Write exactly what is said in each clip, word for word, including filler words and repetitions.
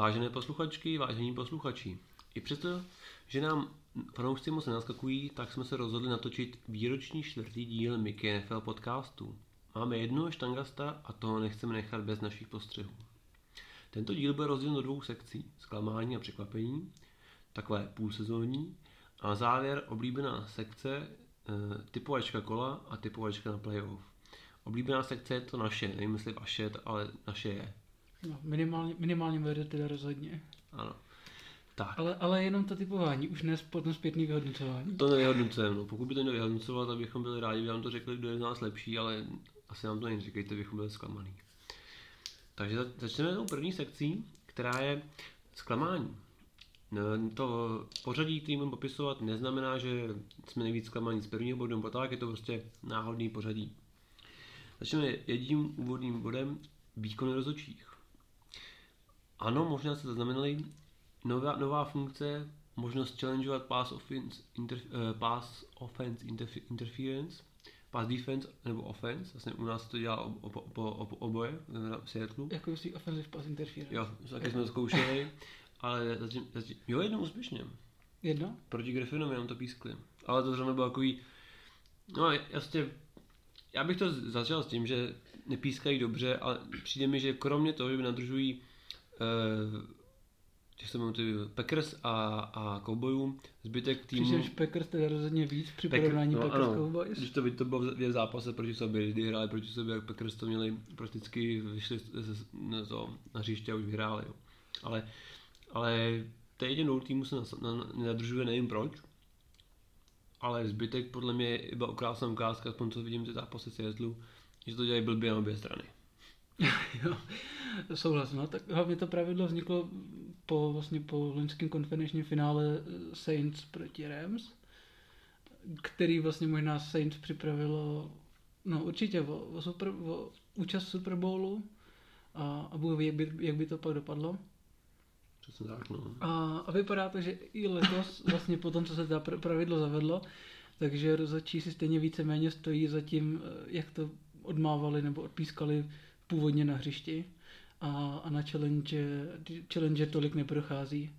Vážené posluchačky, vážení posluchači, i přesto, že nám fanoušci moc nenaskakují, tak jsme se rozhodli natočit výroční čtvrtý díl Mickey N F L podcastu. Máme jednoho štangasta a toho nechceme nechat bez našich postřehů. Tento díl bude rozdělen do dvou sekcí, zklamání a překvapení, takové půlsezónní, a na závěr oblíbená sekce e, typovačka kola a typovačka na playoff. Oblíbená sekce je to naše, nevím jestli vaše, ale naše je. No, minimálně, minimálně vede teda rozhodně. Ano. Tak. Ale, ale jenom to typování, už ne potom zpětný vyhodnocování. To nevyhodnocujeme, no. Pokud by to nevyhodnocovat, tak bychom byli rádi, by vám to řekli, kdo je z nás lepší, ale asi nám to neříkejte, bychom byli zklamaný. Takže začneme tou první sekcí, která je zklamání. To pořadí, který budeme popisovat, neznamená, že jsme nejvíc zklamaní z prvního bodu, nebo tak, je to prostě náhodný pořadí. Začneme jedním úvodním bodem, výkony rozhodčích. Ano, možná jste zaznamenali, nová, nová funkce, možnost challengeovat pass offense, inter, uh, pass offense interf- interference, pass defense nebo offense, vlastně u nás to dělá ob, ob, ob, ob, oboje v Seattlu. Jako si offensive pass interference. Jo, taky jsme to zkoušeli, ale zatím, zatím, jo, jednou úspěšně. Jedno? Proti Griffinovi nám to pískli. Ale to zrovna bylo takový, no jasně, já bych to začal s tím, že nepískají dobře, ale přijde mi, že kromě toho, že by nadržují uh, těch se jmenují Packers a, a Cowboyů, zbytek týmu... Přičemž Packers teda rozhodně víc při porovnání no, Packers ano, Cowboys. Když to, to bylo v zápase proti sobě, kdy hráli proti sobě, jak Packers to měli, prakticky vyšli na, to, na hřiště a už vyhráli. Jo. Ale, ale té jedinou týmu se nenadržuje, nevím proč, ale zbytek podle mě je iba okrásná ukázka, aspoň co vidím ty zápasy Seattlu, že to dělají blbě na obě strany. Jo, souhlas, no, tak hlavně to pravidlo vzniklo po, vlastně po loňském konferenčním finále Saints proti Rams, který vlastně možná Saints připravilo, no určitě o, o, super, o účast Super Bowlu a, a Bůh ví, jak by, jak by to pak dopadlo. Přesně tak, no. A, a vypadá to, že i letos, vlastně po tom, co se ta pravidlo zavedlo, takže rozhodčí si stejně víceméně stojí za tím, jak to odmávali nebo odpískali původně na hřišti a, a na challenge, challenge tolik neprochází.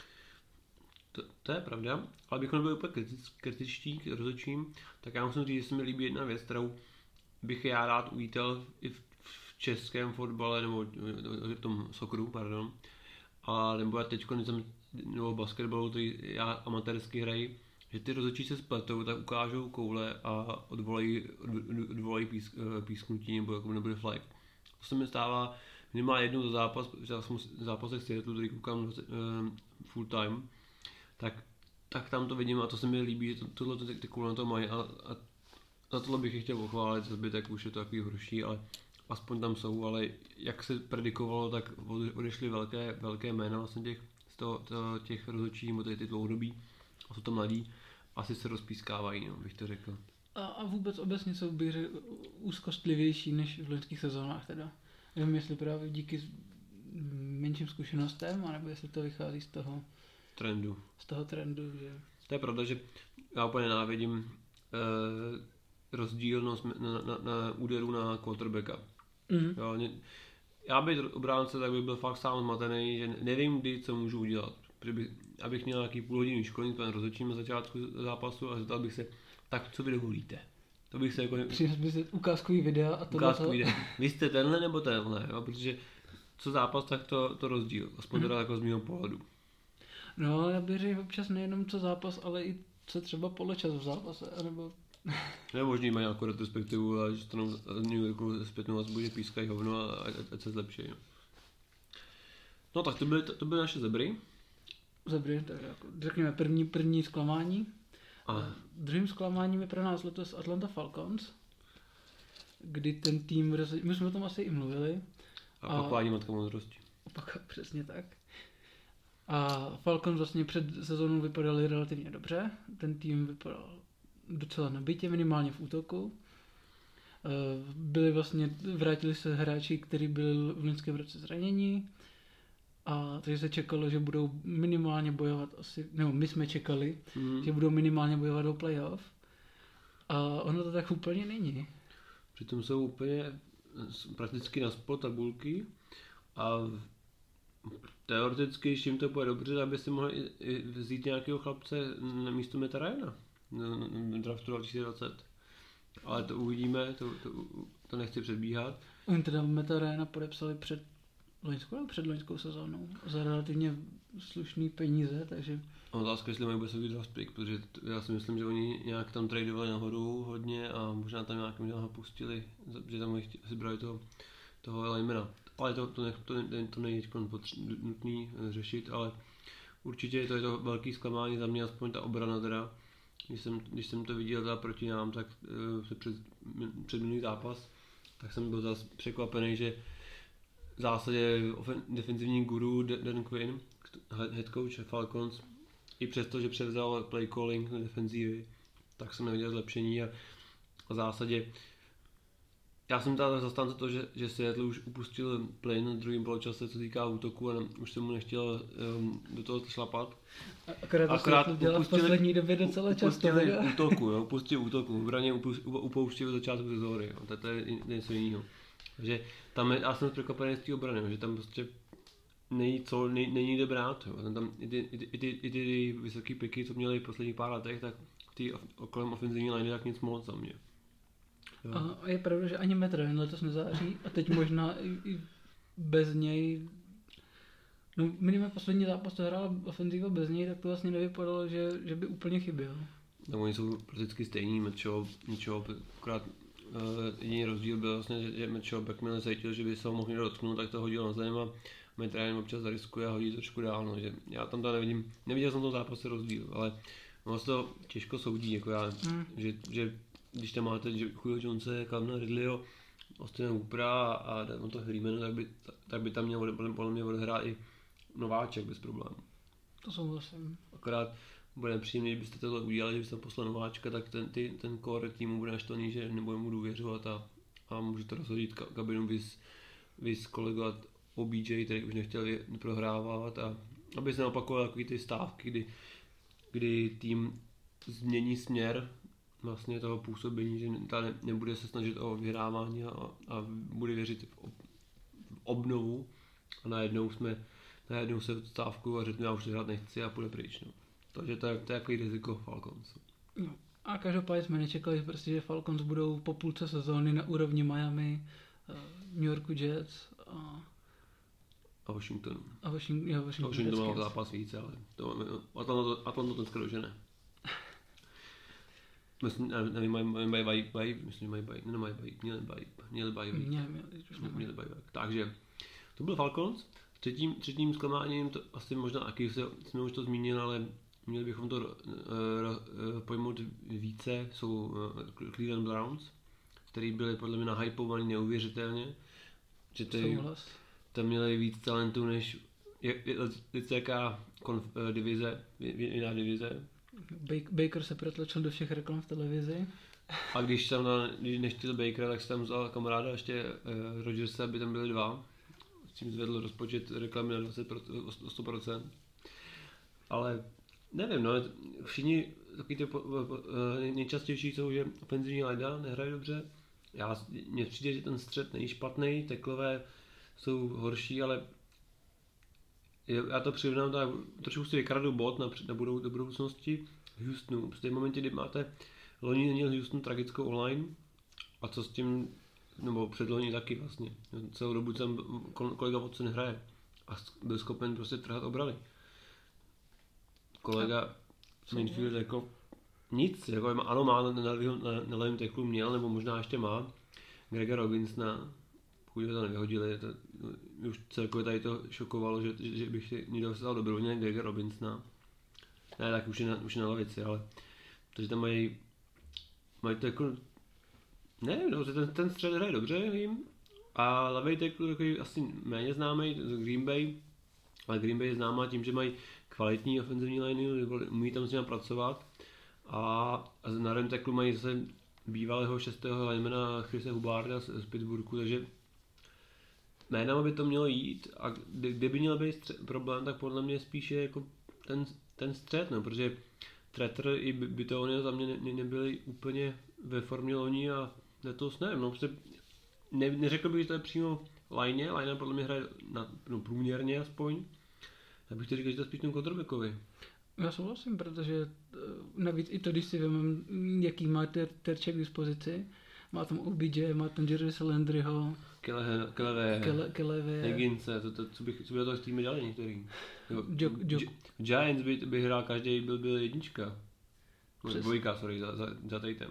To, to je pravda, ale bychom nebyli úplně kritič, kritičtí k rozhodčím, tak já musím říct, že se mi líbí jedna věc, kterou bych já rád uvítal i v, v českém fotbale nebo v tom socceru, pardon, a nebo já teď nebo basketbalu, který já amatérsky hraji, že ty rozhodčí se spletou, tak ukážou koule a odvolají, odvolají písk, písknutí nebo jako nebude flag. To se mi stává minimálně jednou za zápas, protože já jsem v zápasech Seattlu, který koukám uh, full time, tak, tak tam to vidím a to se mi líbí, že to, tohle ty, ty koule na to mají a, a za tohle bych je chtěl pochválit, zbytek už je to takový horší, ale aspoň tam jsou, ale jak se predikovalo, tak odešly velké, velké jména vlastně těch, z toho, toho, těch rozhodčích, nebo ty dlouhodobí a jsou to mladí, asi se rozpískávají, no, bych to řekl. A, a vůbec obecně jsou bych řekl, úzkostlivější než v loňských sezónách teda. Nevím, jestli právě díky menším zkušenostem, anebo jestli to vychází z toho trendu. Z toho trendu, že... To je pravda, že já úplně nenávidím eh, rozdílnost na, na, na úderu na quarterbacka. Mm-hmm. Jo, ne, já bych obránce, tak bych byl fakt sám zmatený, že nevím, kdy co můžu udělat. Bych, abych měl nějaký půl hodiny školení, to rozhodčím na začátku zápasu a zeptal bych se, tak co vy dovolíte? To bych se jako... Přines by se ukázkový videa a to ukázkový videa. Vy jste tenhle nebo tenhle, jo? Protože co zápas, tak to, to rozdíl. Aspoň mm-hmm. teda jako z mého pohledu. No, já bych řekl občas nejenom co zápas, ale i co třeba poločas v zápase, anebo... Ne, možný mají nějakou retrospektivu a že to nám jako zpětnou vazbu, že pískají hovno a ať se zlepší. No, no tak to byly, to, to byly naše zebry. Zebry, tak jako řekněme první, první zklamání. A. Druhým zklamáním je pro nás letos Atlanta Falcons, kdy ten tým, my jsme o tom asi i mluvili. A, a opakování matka moudrosti. Opak, přesně tak. A Falcons vlastně před sezónou vypadali relativně dobře, ten tým vypadal docela nabitě, minimálně v útoku. Byli vlastně, vrátili se hráči, kteří byli v loňském roce zranění, a takže se čekalo, že budou minimálně bojovat asi, nebo my jsme čekali, mm. že budou minimálně bojovat do playoff. A ono to tak úplně není. Přitom jsou úplně prakticky na spod tabulky a Teoreticky, když jim to půjde dobře, aby si mohli i, i vzít nějakého chlapce na místo Meta Ryana na draftu dva tisíce dvacet. Ale to uvidíme, to, to, to nechci předbíhat. Oni teda Meta Ryana podepsali před loňskou nebo před loňskou sezónou za relativně slušný peníze, takže... Otázka, jestli mají bude draft pick, protože t- já si myslím, že oni nějak tam tradovali nahoru hodně a možná tam nějakým ho pustili, že tam asi brali toho, toho Lymana. Ale to, to, nech, to, to není nutný řešit, ale určitě to je to velký zklamání za mě, aspoň ta obrana teda. Když jsem, když jsem to viděl teda proti nám, tak uh, před, před minulý zápas, tak jsem byl zase překvapený, že v zásadě ofen, defenzivní guru Dan Quinn, head coach Falcons, i přesto, že převzal play calling na defenzívy, tak jsem neviděl zlepšení a v zásadě já jsem tady zastánce toho, že, že Seattle už upustil play na druhém poločase, co týká útoku a už jsem mu nechtěl um, do toho šlapat. Akorát, Akorát to dělal v poslední době docela často. Upustili útoku, jo, upustili útoku, v braně upouštili od začátku sezóny, jo, to, to je něco jiného. Takže tam je, já jsem překvapený z té obrany, že tam prostě není co, nej, není kde brát, jo. Tam i ty, i, ty, i ty vysoké piky, co měli v posledních pár letech, tak ty kolem ofenzivní line tak nic moc za mě. Jo. A je pravda, že ani Matt Ryan letos nezáří a teď možná i, i bez něj, no minimálně poslední zápas to hrál ofenziva bez něj, tak to vlastně nevypadalo, že, že by úplně chyběl. No oni jsou prakticky stejný, Mitchell, Mitchell, akorát uh, jediný rozdíl byl vlastně, že, že Mitchell Beckman cítil, že by se ho mohl někdo dotknout, tak to hodil na zem a Matt Ryan občas zariskuje a hodí trošku dál, no, že já tam to nevidím, neviděl jsem v tom zápase rozdíl, ale ono se to těžko soudí, jako já, mm. že, že když tam máte Julio Jonese, Calvina Ridleyho, Austina Hoopera a to Freemanu, tak by, tak by tam měl podle mě odehrát i nováček bez problémů. To souhlasím. Akorát bude nepříjemný, kdybyste tohle udělali, že byste poslal nováčka, tak ten, ty, ten core týmu bude naštvaný, že nebude mu důvěřovat a, a můžete rozhodit kabinu vys, vys kolegovat O B J, který už nechtěl prohrávat a aby se neopakovaly takový ty stávky, kdy, kdy tým změní směr vlastně toho působení, že ta ne, nebude se snažit o vyhrávání a, a bude věřit v, ob, v obnovu a najednou jsme najednou se v stávku a řekne, já už hrát nechci a půjde pryč. No. Takže to je, to je takový riziko Falcons. No. A každopádně jsme nečekali, prostě, že Falcons budou po půlce sezóny na úrovni Miami, New Yorku Jets a a Washingtonu. A Washington, jo, Washington, Washington má zápas více, ale to, Atlanta, Atlanta ten skoro, že ne. Myslím, nevím, mají, mají, mají, mají, myslím, mají, mají, ne, mají, mají, měli mají, měli mají, měli, měli mají, takže to byl Falcons. Třetím, třetím zklamáním, to asi možná, aký se, jsme už to zmínili, ale měli bychom to uh, uh, pojmout více, jsou uh, Cleveland Browns, který byli podle mě nahypovaný neuvěřitelně, že ty, tam měli víc talentů než jaká divize, jiná divize. Baker se protlačil do všech reklam v televizi. A když tam na, když nechtěl Bakera, tak se tam vzal kamaráda ještě uh, Rodgersa, aby tam byli dva. S tím zvedl rozpočet reklamy na dvacet procent, o sto procent. Ale nevím, no, všichni takový ty nejčastější jsou, že ofenzivní linea nehraje dobře. Já, mně přijde, že ten střed není špatný, teklové jsou horší, ale já to přirovnám, trošku si vykradu bod na, na budou, do budoucnosti Houstonu. V tom momentě, kdy máte loni měl Houston tragickou online a co s tím, nebo předloni taky vlastně. Celou dobu tam kolega Watson hraje a byl schopen prostě trhat obrany. Kolega Mainfield jako nic, jako ano má na, na, na, na levém teklu měl, nebo možná ještě má Grega Robinsona, pokud ho to nevyhodili, to, už celkově tady to šokovalo, že, že bych si někdo dostal dobrovolně Grega Robinsona. Ne, tak už je na, už je na lavici, ale takže tam mají, mají to jako, ne, no, ten, ten střed hraje dobře jim a levej tekl takový asi méně známý z Green Bay, ale Green Bay je známá tím, že mají kvalitní ofenzivní liney, umí tam s nimi pracovat a, a na levém teklu mají zase bývalého šestého linemana Chrise Hubbarda z, z Pittsburghu, takže jménama by to mělo jít a kdy, kdyby měl být střed, problém, tak podle mě spíše jako ten, ten střed, no, protože Tretter i Bitonio za mě ne, nebyli úplně ve formě loni a letos nevím, no, prostě ne, neřekl bych, že to je přímo lajně, lajna podle mě hraje na, no, průměrně aspoň. Já bych to říkal, že to spíš ten quarterbackovi. Já souhlasím, protože navíc i to, když si vezmeme, jaký má ter, terče k dispozici, má tam O B J, má tam Jerry Landryho, Keleve, Higginse, to, to, co, bych, co by do toho s týmy dali některý. Jok, Jok. Giants by, by hrál každý, byl, byl jednička. No, dvojka, sorry, za, za, za Tatem.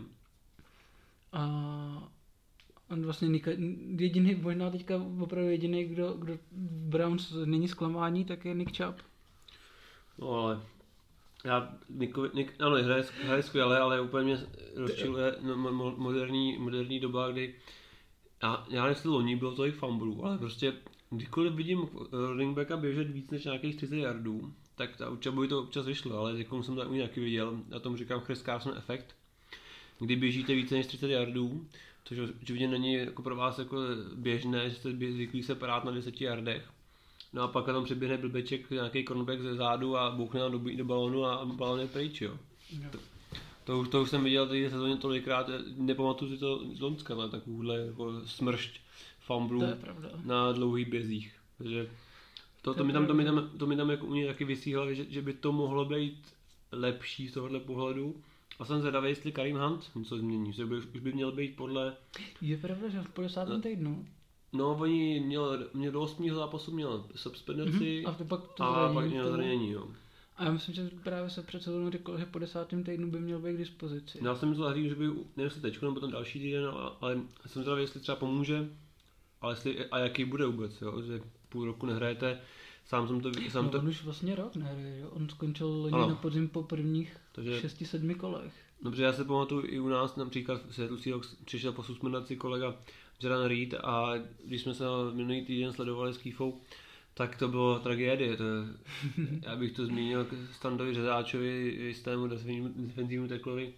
A on vlastně nika, jediný, možná teďka opravdu jediný, kdo, kdo v Browns není zklamání, tak je Nick Chubb. No ale já, Nickovi, Nick, ano, hraje, hraje skvěle, ale úplně mě rozčiluje no, mo, moderní, moderní doba, kdy já, já nechci loni, bylo tolik fumblů, ale prostě kdykoliv vidím running backa běžet víc než nějakých třicet yardů, tak ta Chubovi to občas vyšlo, ale jako jsem to u nějaký viděl, na tom říkám Chris Carson efekt, kdy běžíte více než třicet yardů, což určitě není jako pro vás jako běžné, že jste zvyklí se parát na deseti yardech. No a pak tam přeběhne blbeček, nějaký cornerback ze zádu a bouchne nám do, do balónu a balón je pryč, jo. To, to, už, to už jsem viděl tady sezóně tolikrát, nepamatuju si to z Lonska, ale takovýhle jako smršť fumblu na dlouhých bězích. Takže to, to, to, mi tam, to, mi tam, to mi tam jako u něj taky vysí hlavě, že, že by to mohlo být lepší z tohohle pohledu. A jsem zvědavý, jestli Kareem Hunt něco změní, že by, už by měl být podle... Je pravda, že v padesátém týdnu. No, oni měl, měl do osmého zápasu měl suspendenci mm-hmm. a, to pak, to a zranění, pak měl zranění, jo. A já myslím, že právě se před sezónou řekl, že po desátém týdnu by měl být k dispozici. Já jsem myslel, že by, nevím jestli teďko nebo ten další týden, ale jsem zvědavý, jestli třeba pomůže, ale jestli, a jaký bude vůbec, jo, že půl roku nehrajete. Sám jsem to... Sám no, to... on už vlastně rok nehraje, jo? On skončil loni na podzim po prvních Takže... šesti sedmi kolech. Dobře, já se pamatuju i u nás, například v Seattle Seahawks přišel po suspendaci kolega Jaron Reed a když jsme se minulý týden sledovali s Kýfou, tak to bylo tragédie. To, já bych to zmínil k Standovi Řezáčovi, jistému defenzivnímu teklovi.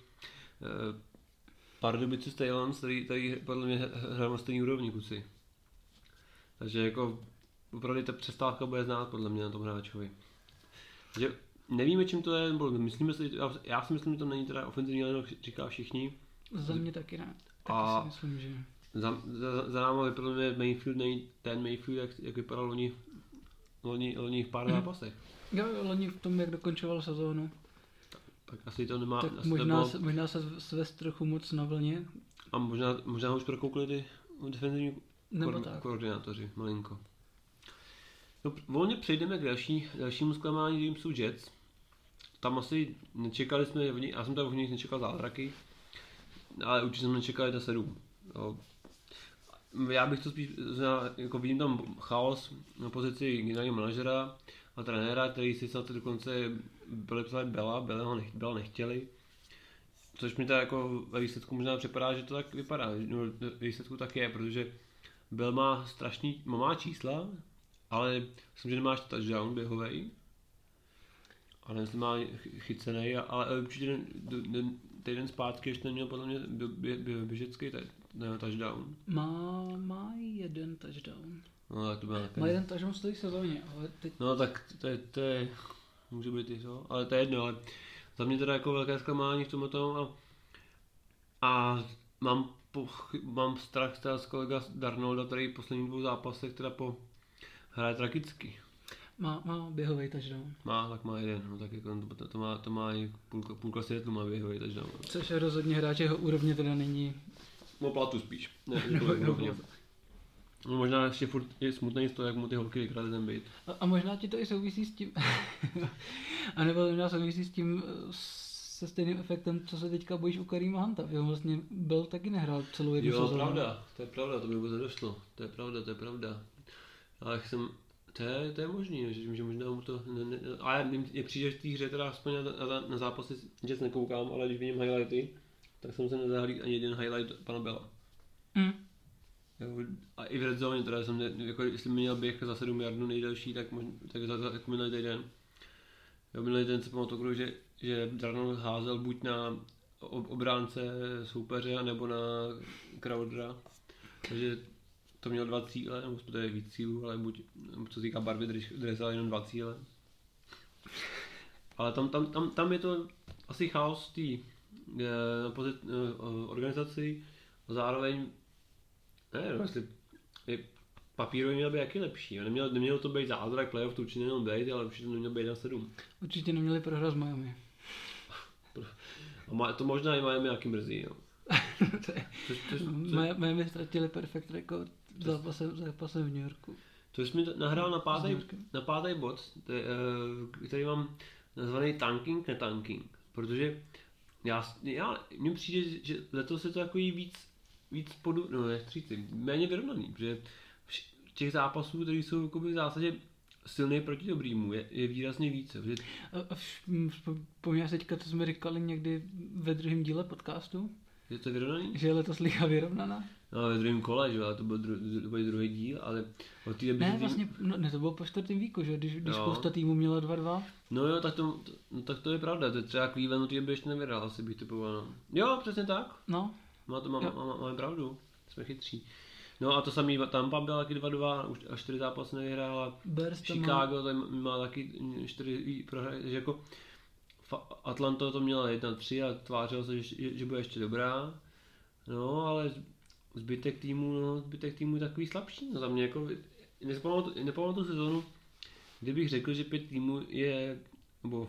Pardubice Stalons, který, který podle mě hrál na stejný úrovni kuci. Takže jako opravdu ta přestávka bude znát podle mě na tom hráčovi. Takže nevíme, čím to je, nebo myslíme si, já si myslím, že to není teda ofenzivní, ale říká všichni. Za mě taky ne. Taky a si myslím, že... Za, za, za náma vypadal mě Mayfield, není ten Mayfield, jak, jak vypadal loni, loni, loni v pár mm. zápasech. Jo, loni v tom, jak dokončoval sezónu. Tak, tak asi to nemá... Tak možná, bylo... se, možná se svést trochu moc na vlně. A možná, možná už prokoukli ty defenzivní ko- koordinátoři, malinko. No, volně přejdeme k další, dalšímu zklamání, kterým jsou Jets. Tam asi nečekali jsme, já jsem tam v nich nečekal zázraky, ale určitě jsme nečekali ta sedm. Jo. Já bych to spíš, jako vidím tam chaos na pozici generálního manažera a trenéra, který si snad dokonce byli psali Bela, Bela ho nech, Bela nechtěli. Což mi to jako ve výsledku možná připadá, že to tak vypadá. No, ve výsledku tak je, protože Bel má strašný, má čísla, ale myslím, že nemáš touchdown běhovej. Ale jestli má chycenej, ale určitě ten, ten týden zpátky ještě neměl podle mě bě, bě, běžecký touchdown. Má, má jeden touchdown. No tak to byl Má jeden touchdown v té sezóně, ale teď... No tak to je, to je, může být i to, ale to je jedno, ale za mě teda jako velké zklamání v tomhle tomu a, a mám, po, mám strach teda z kolega Darnolda, který v posledních dvou zápasech teda po hraje tragicky. Má, má běhovej touchdown. Má, tak má jeden, no tak jako to, to, má, to má i půlka, půlka světlu má běhovej touchdown. Což je rozhodně hráč jeho úrovně teda není... No platu spíš, ne, úrovně. No, možná ještě furt je smutný z toho, jak mu ty holky vykrali ten byt. A, a možná ti to i souvisí s tím, a nebo možná souvisí s tím, se stejným efektem, co se teďka bojíš u Kareema Hunta. Jo, vlastně byl taky nehrál celou jednu sezónu. Jo, pravda, to je pravda, to mi vůbec nedošlo. To je pravda, to je pravda. Ale jak jsem, to je, to je možný, že, že možná mu to, ne, ne, ale mě přijde v té hře teda aspoň na, na, na zápasy, že se nekoukám, ale když vidím highlighty, tak jsem se nezahlíd ani jeden highlight pana Bela. Mm. Jo, a i v red zone, teda jsem, ne, jako jestli měl běh za sedm yardů nejdelší, tak, možná, tak za, za jako minulý týden. Jo, minulý týden se pamatuju, že, že Darnold házel buď na obránce soupeře, nebo na Crowdera. Takže to měl dva cíle, nebo to je víc cílů, ale buď, co se týká barvy, drezal jenom dva cíle. Ale tam, tam, tam, tam je to asi chaos v té organizaci, zároveň, ne, no, jestli je, papírově měl být jaký lepší. A nemělo, nemělo to být zázrak, playoff to určitě neměl být, ale určitě to nemělo být na sedm. Určitě neměli prohrát s Miami. A má, to možná i Miami nějaký mrzí, jo. Miami ztratili perfect record zápasem, zápasem v New Yorku. To jsi mi nahrál na pátý, na pátý bod, který mám nazvaný tanking, netanking. Protože já, já, mně přijde, že letos je to takový víc, víc podu, no ne, stříci, méně vyrovnaný, protože těch zápasů, které jsou v zásadě silný proti dobrýmu, je, je výrazně více. Protože... Vzpomínáš teďka, to jsme říkali někdy ve druhém díle podcastu? Je to vyrovnaný? Že je letos liga vyrovnaná? No, ve druhém kole, že ale to byl, dru, to byl druhý díl, ale od té doby... Ne, vlastně, no, ne, to bylo po čtvrtém víku, že? Když, když spousta týmů měla dva dva. No jo, tak to, to, no, tak to je pravda, to je třeba Cleveland, ty by ještě nevyhrál, asi bych typoval, no. Jo, přesně tak. No. Má to, má, má, má, máme pravdu, jsme chytří. No a to samý Tampa byla taky dva dva, už a čtyři zápasy nevyhrála. Chicago má... tam má taky čtyři prohry, takže jako Atlanta to měla jedna tři a tvářilo se, že, že bude ještě dobrá. No, ale zbytek týmu, no, zbytek týmu je takový slabší. No za mě jako, nepamatuju tu sezonu, kdybych řekl, že pět týmů je, nebo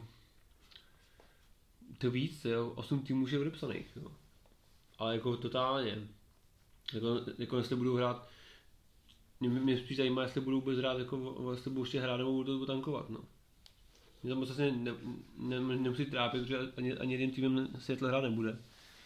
to víc, jo, osm týmů už je odepsaných, jo. Ale jako totálně. Jako, jako jestli budou hrát, mě, mě spíš zajímá, jestli budou vůbec hrát, jako, jestli budou ještě hrát nebo budou tankovat, no. Mě tam vlastně ne, ne, ne, nemusí trápit, protože ani, ani jedním týmem světle hrát nebude.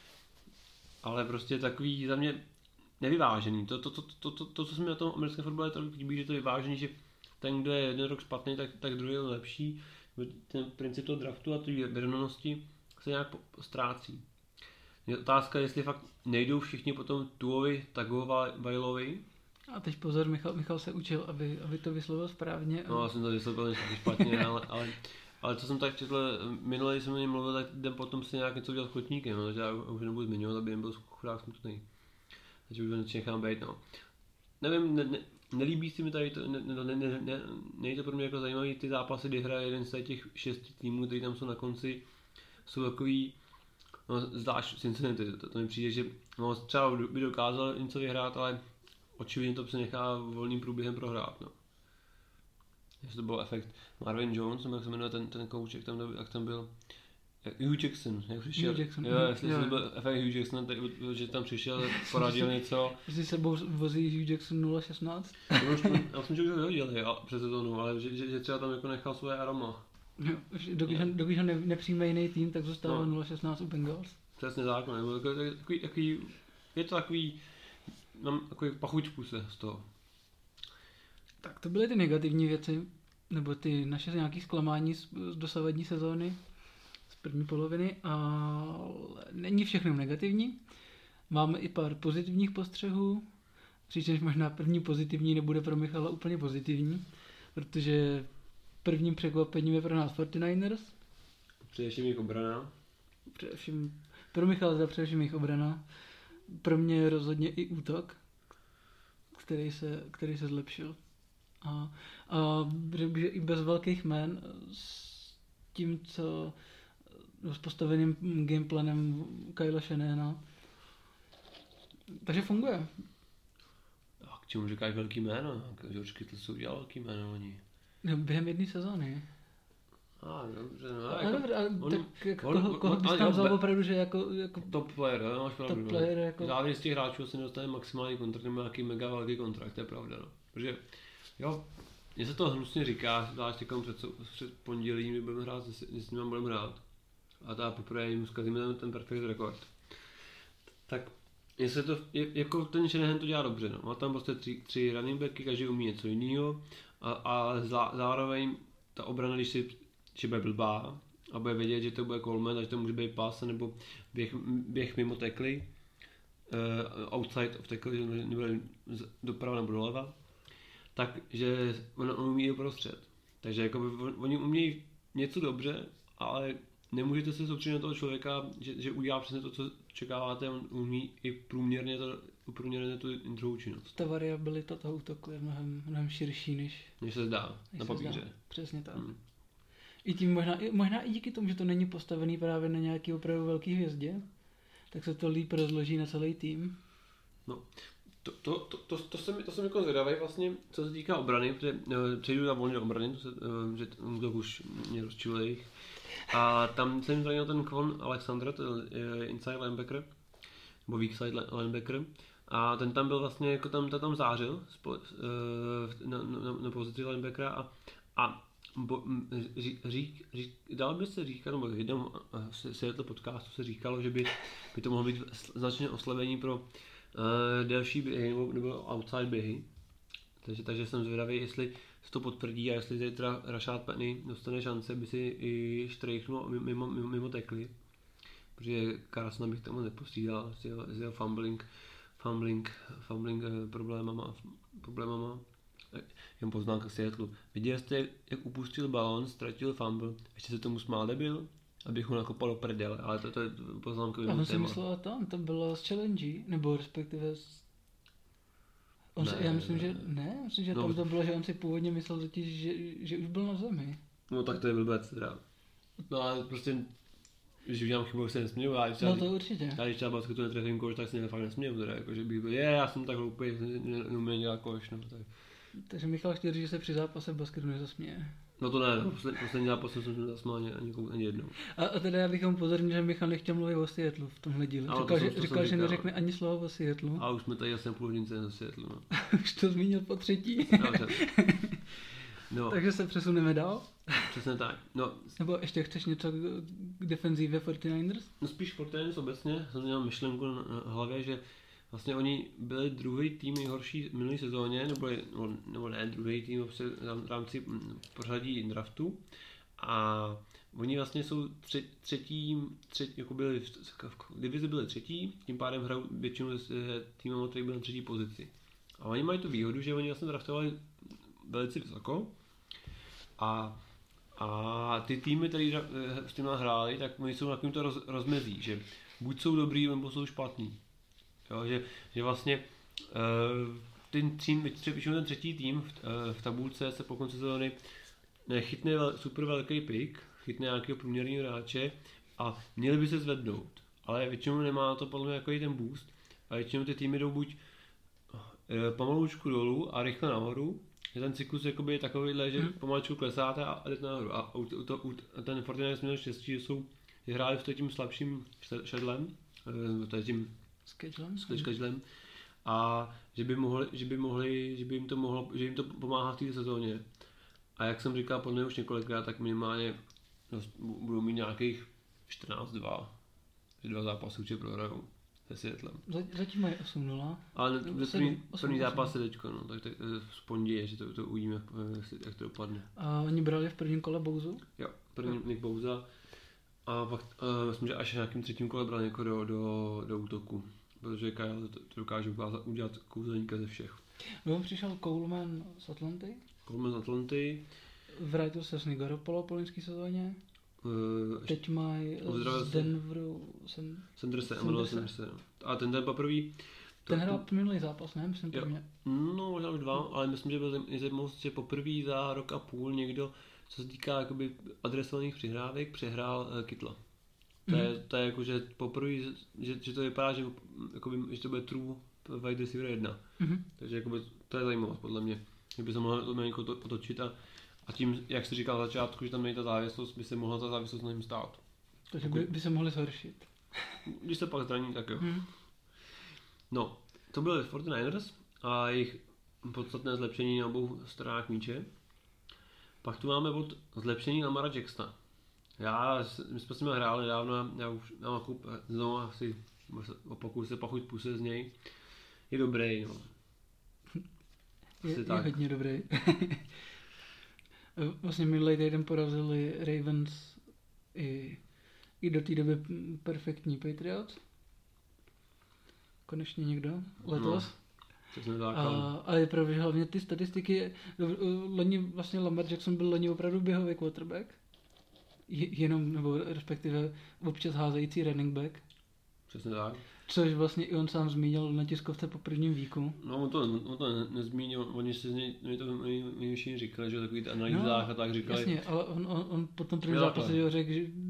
Ale prostě takový za mě nevyvážený. To, to, to, to, to, to co se mi na tom americkém fotbale tak líbí, že to je vyvážený, že ten, kdo je jeden rok špatný, tak, tak druhý je lepší. Ten princip toho draftu a té vyrovnanosti se nějak ztrácí. Je otázka, jestli fakt nejdou všichni potom Tuovi, Tagovi, Vailovi. A teď pozor, Michal, Michal se učil, aby, aby to vyslovil správně. No, já jsem to vyslovil špatně, ale, ale, ale co jsem tak četl, minule jsem o něm mluvil, tak den potom si nějak něco udělat s Chotníkem, no, takže já už nebudu zmiňovat, aby jen byl chudák smutný. Takže už to nechám být, no. Nevím, ne, ne, nelíbí si mi tady to, ne, ne, ne, ne, nejde to pro mě jako zajímavý, ty zápasy, kdy hraje jeden z těch šesti týmů, který tam jsou na konci, jsou takový, no, zvlášť Cincinnati, to, to mi přijde, že no, třeba by dokázal něco vyhrát, ale očividně to se nechá volným průběhem prohrát, no. Jestli to byl efekt Marvin Jones, jak se jmenuje ten, ten coach, jak tam, jak tam byl, Hugh Jackson, jak přišel, Hugh Jackson, jo, jestli to byl efekt Hugh Jackson, tady, že tam přišel, poradil něco. Jestli se vozí Hugh Jackson nula šestnáct? No, už, já jsem, že už ho vyhodil přes sezónu, ale že, že, že třeba tam jako nechal svoje aroma. Jo, dokud, ho, dokud ho ne, nepřijme jiný tým, tak zůstává no. nula šestnáct u Bengals. Přesně zákon, nebo takový, takový, je to takový, mám takový pachuťku se z toho. Tak to byly ty negativní věci, nebo ty naše nějaké zklamání z, z dosavadní sezóny, z první poloviny, a není všechno negativní. Máme i pár pozitivních postřehů, přičemž možná první pozitivní nebude pro Michala úplně pozitivní, protože prvním překvapením je pro nás čtyřicátníci ers. Především jejich obrana. Především, pro Michala teda především jejich obrana. Pro mě rozhodně i útok, který se, který se zlepšil. A, a řekl bych, že i bez velkých jmen, s tím, co s postaveným gameplanem Kyle Shanahana. Takže funguje. A k čemu říkáš velký jméno? George Kittle se udělal velký jméno oni. No, během jedné sezóny. A ah, dobře, no. Ale jako, dobře, ale on, tak jak, on, koho, koho on, bys on, tam on, vzal opravdu, že jako, jako top player, jo, máš pravdu. top player, jako... Závěr z těch hráčů asi nedostane maximální kontrakt nebo nějaký mega velký kontrakt, to je pravda, no. Protože, jo, mně se to hnusně říká, zvlášť těkom před, před pondělím, kdy budeme hrát, s ním budeme hrát. A ta poprvé jim zkazíme ten, ten perfect rekord. Tak, jestli to, je, jako ten Shanahan to dělá dobře, no. Má tam prostě tři, tři running backy, každý umí něco jiného. A, a zá, zároveň ta obrana, když si že bude blbá a bude vědět, že to bude Coleman, takže to může být pas nebo běh, běh mimo tekly, uh, outside of tackle, že nebude doprava nebo doleva, takže on, on umí i uprostřed. Takže jako by, oni umějí něco dobře, ale nemůžete se soustředit na toho člověka, že, že udělá přesně to, co čekáváte, on umí i průměrně, to, průměrně tu druhou činnost. Ta variabilita toho útoku je mnohem, mnohem širší, než, než se zdá než na papíře. Zdá. Přesně tak. Hmm. I tím možná, možná i díky tomu, že to není postavený právě na nějaký opravdu velký hvězdě, tak se to líp rozloží na celý tým. No, To, to, to, to, to, jsem, to jsem jako zvědavý vlastně, co se týká obrany, protože uh, přejdu na volně do obrany, to se, uh, že to už mě rozčiluje jich. A tam jsem zranil ten Kwon Alexander, to je inside linebacker, nebo weak side linebacker. A ten tam byl vlastně, jako tam, tam zářil spo, uh, na, na, na pozici linebackera a, a bo, řík, řík, řík, dal by se říkat, nebo v jednom světle podcastu se říkalo, že by, by to mohlo být značně oslabení pro uh, delší běhy nebo, nebo outside běhy. Takže, takže jsem zvědavý, jestli se to potvrdí a jestli tady teda Rashad Penny dostane šance, by si i štrejchnul mimo, mimo, mimo tekly. Protože Carsona bych tomu nepostřídal s jeho, s jeho fumbling, fumbling, fumbling problémama, problémama. Jen poznámka Seattle. Viděli jste, jak upustil balón, ztratil fumble, ještě se tomu smál debil, abych ho nakopal do prdele, ale to, to je poznámka mimo téma. A on si myslel tam, to bylo z challenge, nebo respektive z... On ne, si, já myslím, ne. že ne, myslím, že no, tam to bylo, že on si původně myslel totiž, že, že už byl na zemi. No tak to je blbec teda. No ale prostě, když udělám chybu, se nesměju, já když no to určitě. Já když třeba basketu netrefím koš, tak si fakt nesměju teda, jako, že bych byl, je, já jsem tak hloupý, neumím dělat koš, no tak. Takže Michal chtěl říct, že se při zápase basketu nezasměje. No to ne, no, poslední, poslední zápas jsem se zasmál ani, ani, ani jednou. A, a teda já bychom pozornil, že Michal nechtěl mluvit o Seattle v tomhle díle. Říkal, že, říkal že neřekne ani slovo o Seattle. A už jsme tady asi půl hodince na Seattle, no. Už to zmínil po třetí. No. Takže se přesuneme dál. Přesně tak. No. Nebo ještě chceš něco k defenzívě čtyřicet devěters? No spíš čtyřicet devěters obecně, jsem měl myšlenku na hlavě, že vlastně oni byli druhý tým nejhorší minulý sezóně, nebo, nebo, nebo ne druhý tým v rámci pořadí draftu. A oni vlastně jsou tři, třetí, třetí, jako byli v, v divizi byli třetí, tím pádem hrajou většinou s týmem, který byl na třetí pozici. A oni mají tu výhodu, že oni vlastně draftovali velice vysoko. A, a ty týmy, které s tím hráli, tak oni jsou na takovýmto roz, rozmezí, že buď jsou dobrý, nebo jsou špatný. Jo, že, že vlastně uh, ten tým, většinou ten třetí tým v, uh, v tabulce se po konci sezóny chytne super velký pick, chytne nějakého průměrného hráče a měli by se zvednout. Ale většinou nemá to podle mě jako ten boost a většinou ty týmy jdou buď uh, pomalučku dolů a rychle nahoru. Ten cyklus jakoby je takovýhle, že hmm. pomalučku klesáte a jdete nahoru. A u, u, u, ten čtyřicet devěters měl štěstí, že jsou že hráli v tím slabším šedlem, to je tím schedulem, a že by mohli, že by mohli, že by jim to mohlo, že jim to pomáhá v té sezóně. A jak jsem říkal podle mě už několikrát, tak minimálně no, budou mít nějakých čtrnáct dva, že dva zápasy určitě prohrajou se Seattlem. Zatím mají osm nula. Ale první, první zápas je teďko, no, tak, tak v pondělí, že to, to uvidíme, jak to dopadne. A oni brali v prvním kole Bouzu? Jo, první Nick Bouza. A pak uh, myslím, že až v nějakým třetím kole brali jako do, do, do útoku. Protože Kyle to, to dokáže udělat kouzelníka ze všech. No, přišel Coleman z Atlanty. Coleman z Atlanty. Vrátil se z Garoppolo po loňské sezóně. Uh, Teď mají z Denveru Sen... Sanderse, Emmanuel Sanderse. A ten ten poprvé... Ten hrál minulý zápas, ne? Myslím pro mě. No, možná už dva, ale myslím, že byl zajímavost, že poprvé za rok a půl někdo, co se týká jakoby adresovaných přihrávek, přehrál uh, Kittla. To je, mm. to je jako, že poprvé, že, že to vypadá, že, jakoby, že to bude true wide receiver jedna. Mm. Takže jakoby, to je zajímavost podle mě. Kdyby se mohlo to jako otočit a, a tím, jak jsi říkal na začátku, že tam není ta závislost, by se mohla ta závislost na něm stát. Takže by, by se mohli zhoršit. Když se pak zraní, tak jo. Mm. No, to byly čtyřicet devěters a jejich podstatné zlepšení na obou stranách míče. Pak tu máme od zlepšení Lamara Jacksona. Já, my jsme s ním hráli nedávno, já už mám jako znovu asi opakuju se pachuť puse z něj. Je dobrý, no. Je, je hodně dobrý. Vlastně minulý týden porazili Ravens i, i do té doby perfektní Patriots. Konečně někdo letos. No, a, ale je pravda, že hlavně ty statistiky, loni vlastně Lamar Jackson byl loni opravdu běhový quarterback. Jenom, nebo respektive občas házející running back. Přesně tak. Což vlastně i on sám zmínil na tiskovce po prvním víku. No on to, on to nezmínil, oni si z něj, oni to oni všichni říkali, že takový ty analýzách no, a tak říkali. Jasně, ale on, on, on po tom prvním zápase řekl, že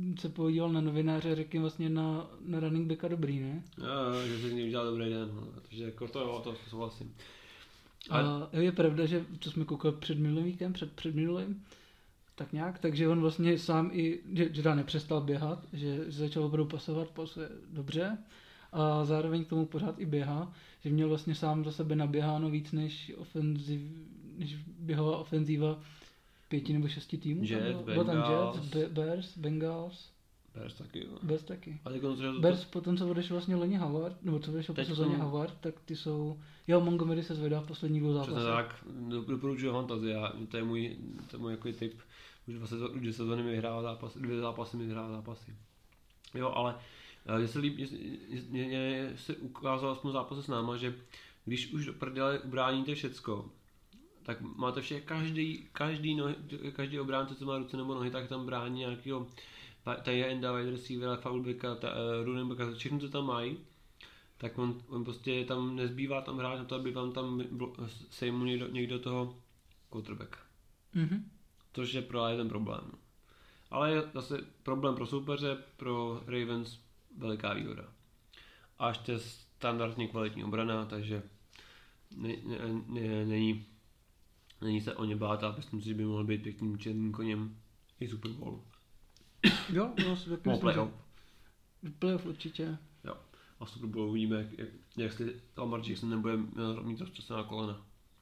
se podíval na novináře a řekl jim vlastně na, na running backa dobrý, ne? Jo, že si z něj udělal dobrý den, no. Takže jako to jo, to souhlasím. A je pravda, že to jsme koukali před minulým víkem, před, před minulým, tak nějak, takže on vlastně sám i, že, že nepřestal běhat, že, že začal opravdu pasovat, pasuje dobře a zároveň k tomu pořád i běhá, že měl vlastně sám za sebe naběháno víc než, ofenziv, než běhová ofenzíva pěti nebo šesti týmů. Jets, byl tam Bengals. Jets, Be- Bears, Bengals. Bears taky, jo. Bears taky. A teď to... Bears potom, co odešel vlastně Lenny Howard, nebo co odešel po sezóně jsou... Howard, tak ty jsou, jo, Montgomery se zvedá v poslední dvou zápasech. Přesně tak, doporučuji fantasy, já, to je můj, to je můj jako tip. Už dva sezóny, dvě sezóny mi vyhrál zápasy, dvě zápasy mi vyhrál zápasy. Jo, ale mně se líbí, mně se ukázalo aspoň zápasy s náma, že když už do prdele ubráníte všecko, tak máte vše, každý, každý, nohy, každý obránce, co má ruce nebo nohy, tak tam brání nějakého tight enda, wide receivera, fullbacka, uh, running backa, všechno, co tam mají, tak on, on prostě tam nezbývá tam hrát na to, aby vám tam sejmul někdo, někdo toho quarterbacka. Mm-hmm. Což je pro ten problém. Ale je zase problém pro soupeře, pro Ravens veliká výhoda. A ještě standardně kvalitní obrana, takže ne, ne, ne, není, není se o ně bát a myslím si, že by mohl být pěkným černým koněm i Super Bowl. Jo, no, si taky myslím, playoff. že playoff určitě. Jo. A v Super Bowl uvidíme, jak, jak, jestli Lamar Jackson nebude mít rozčasená kolena.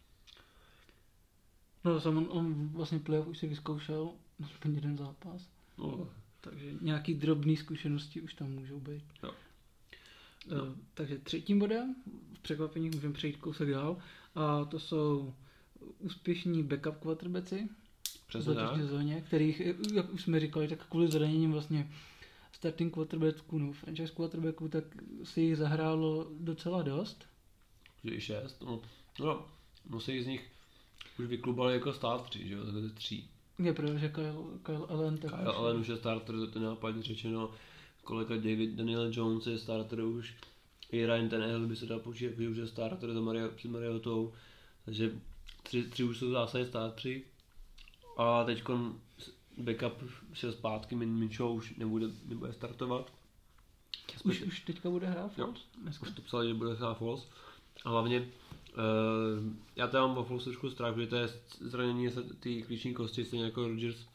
No sam on, on vlastně playoff už si vyzkoušel aspoň jeden zápas. No. Takže nějaký drobné zkušenosti už tam můžou být. Jo. No. Uh, takže třetím bodem, v překvapení můžeme přejít kousek dál, a to jsou úspěšní backup quarterbacki v letošní sezóně, kterých, jak už jsme říkali, tak kvůli zraněním vlastně starting quarterbacků nebo franchise quarterbacků, tak si jich zahrálo docela dost. Že i šest, no, no, no se z nich už vyklubali jako startři, že jo, takhle tří. Je pravda, že Kyle, Kyle Allen tak Kyle Allen už je starter, to nápadně řečeno, kolega David Daniel Jones je starter už, i Ryan Tannehill by se dal počítat, že už je starter za Mario, před Mariotou, takže tři, tři už jsou v zásadě startři. A teďkon backup šel zpátky, Mincho už nebude, nebude startovat. Už, už teďka bude hrát Foles? Už to psali, že bude hrát Foles. A hlavně, uh, já tam mám o Foles trošku strach, že to je zranění ty klíční kosti, stejně jako Rodgers.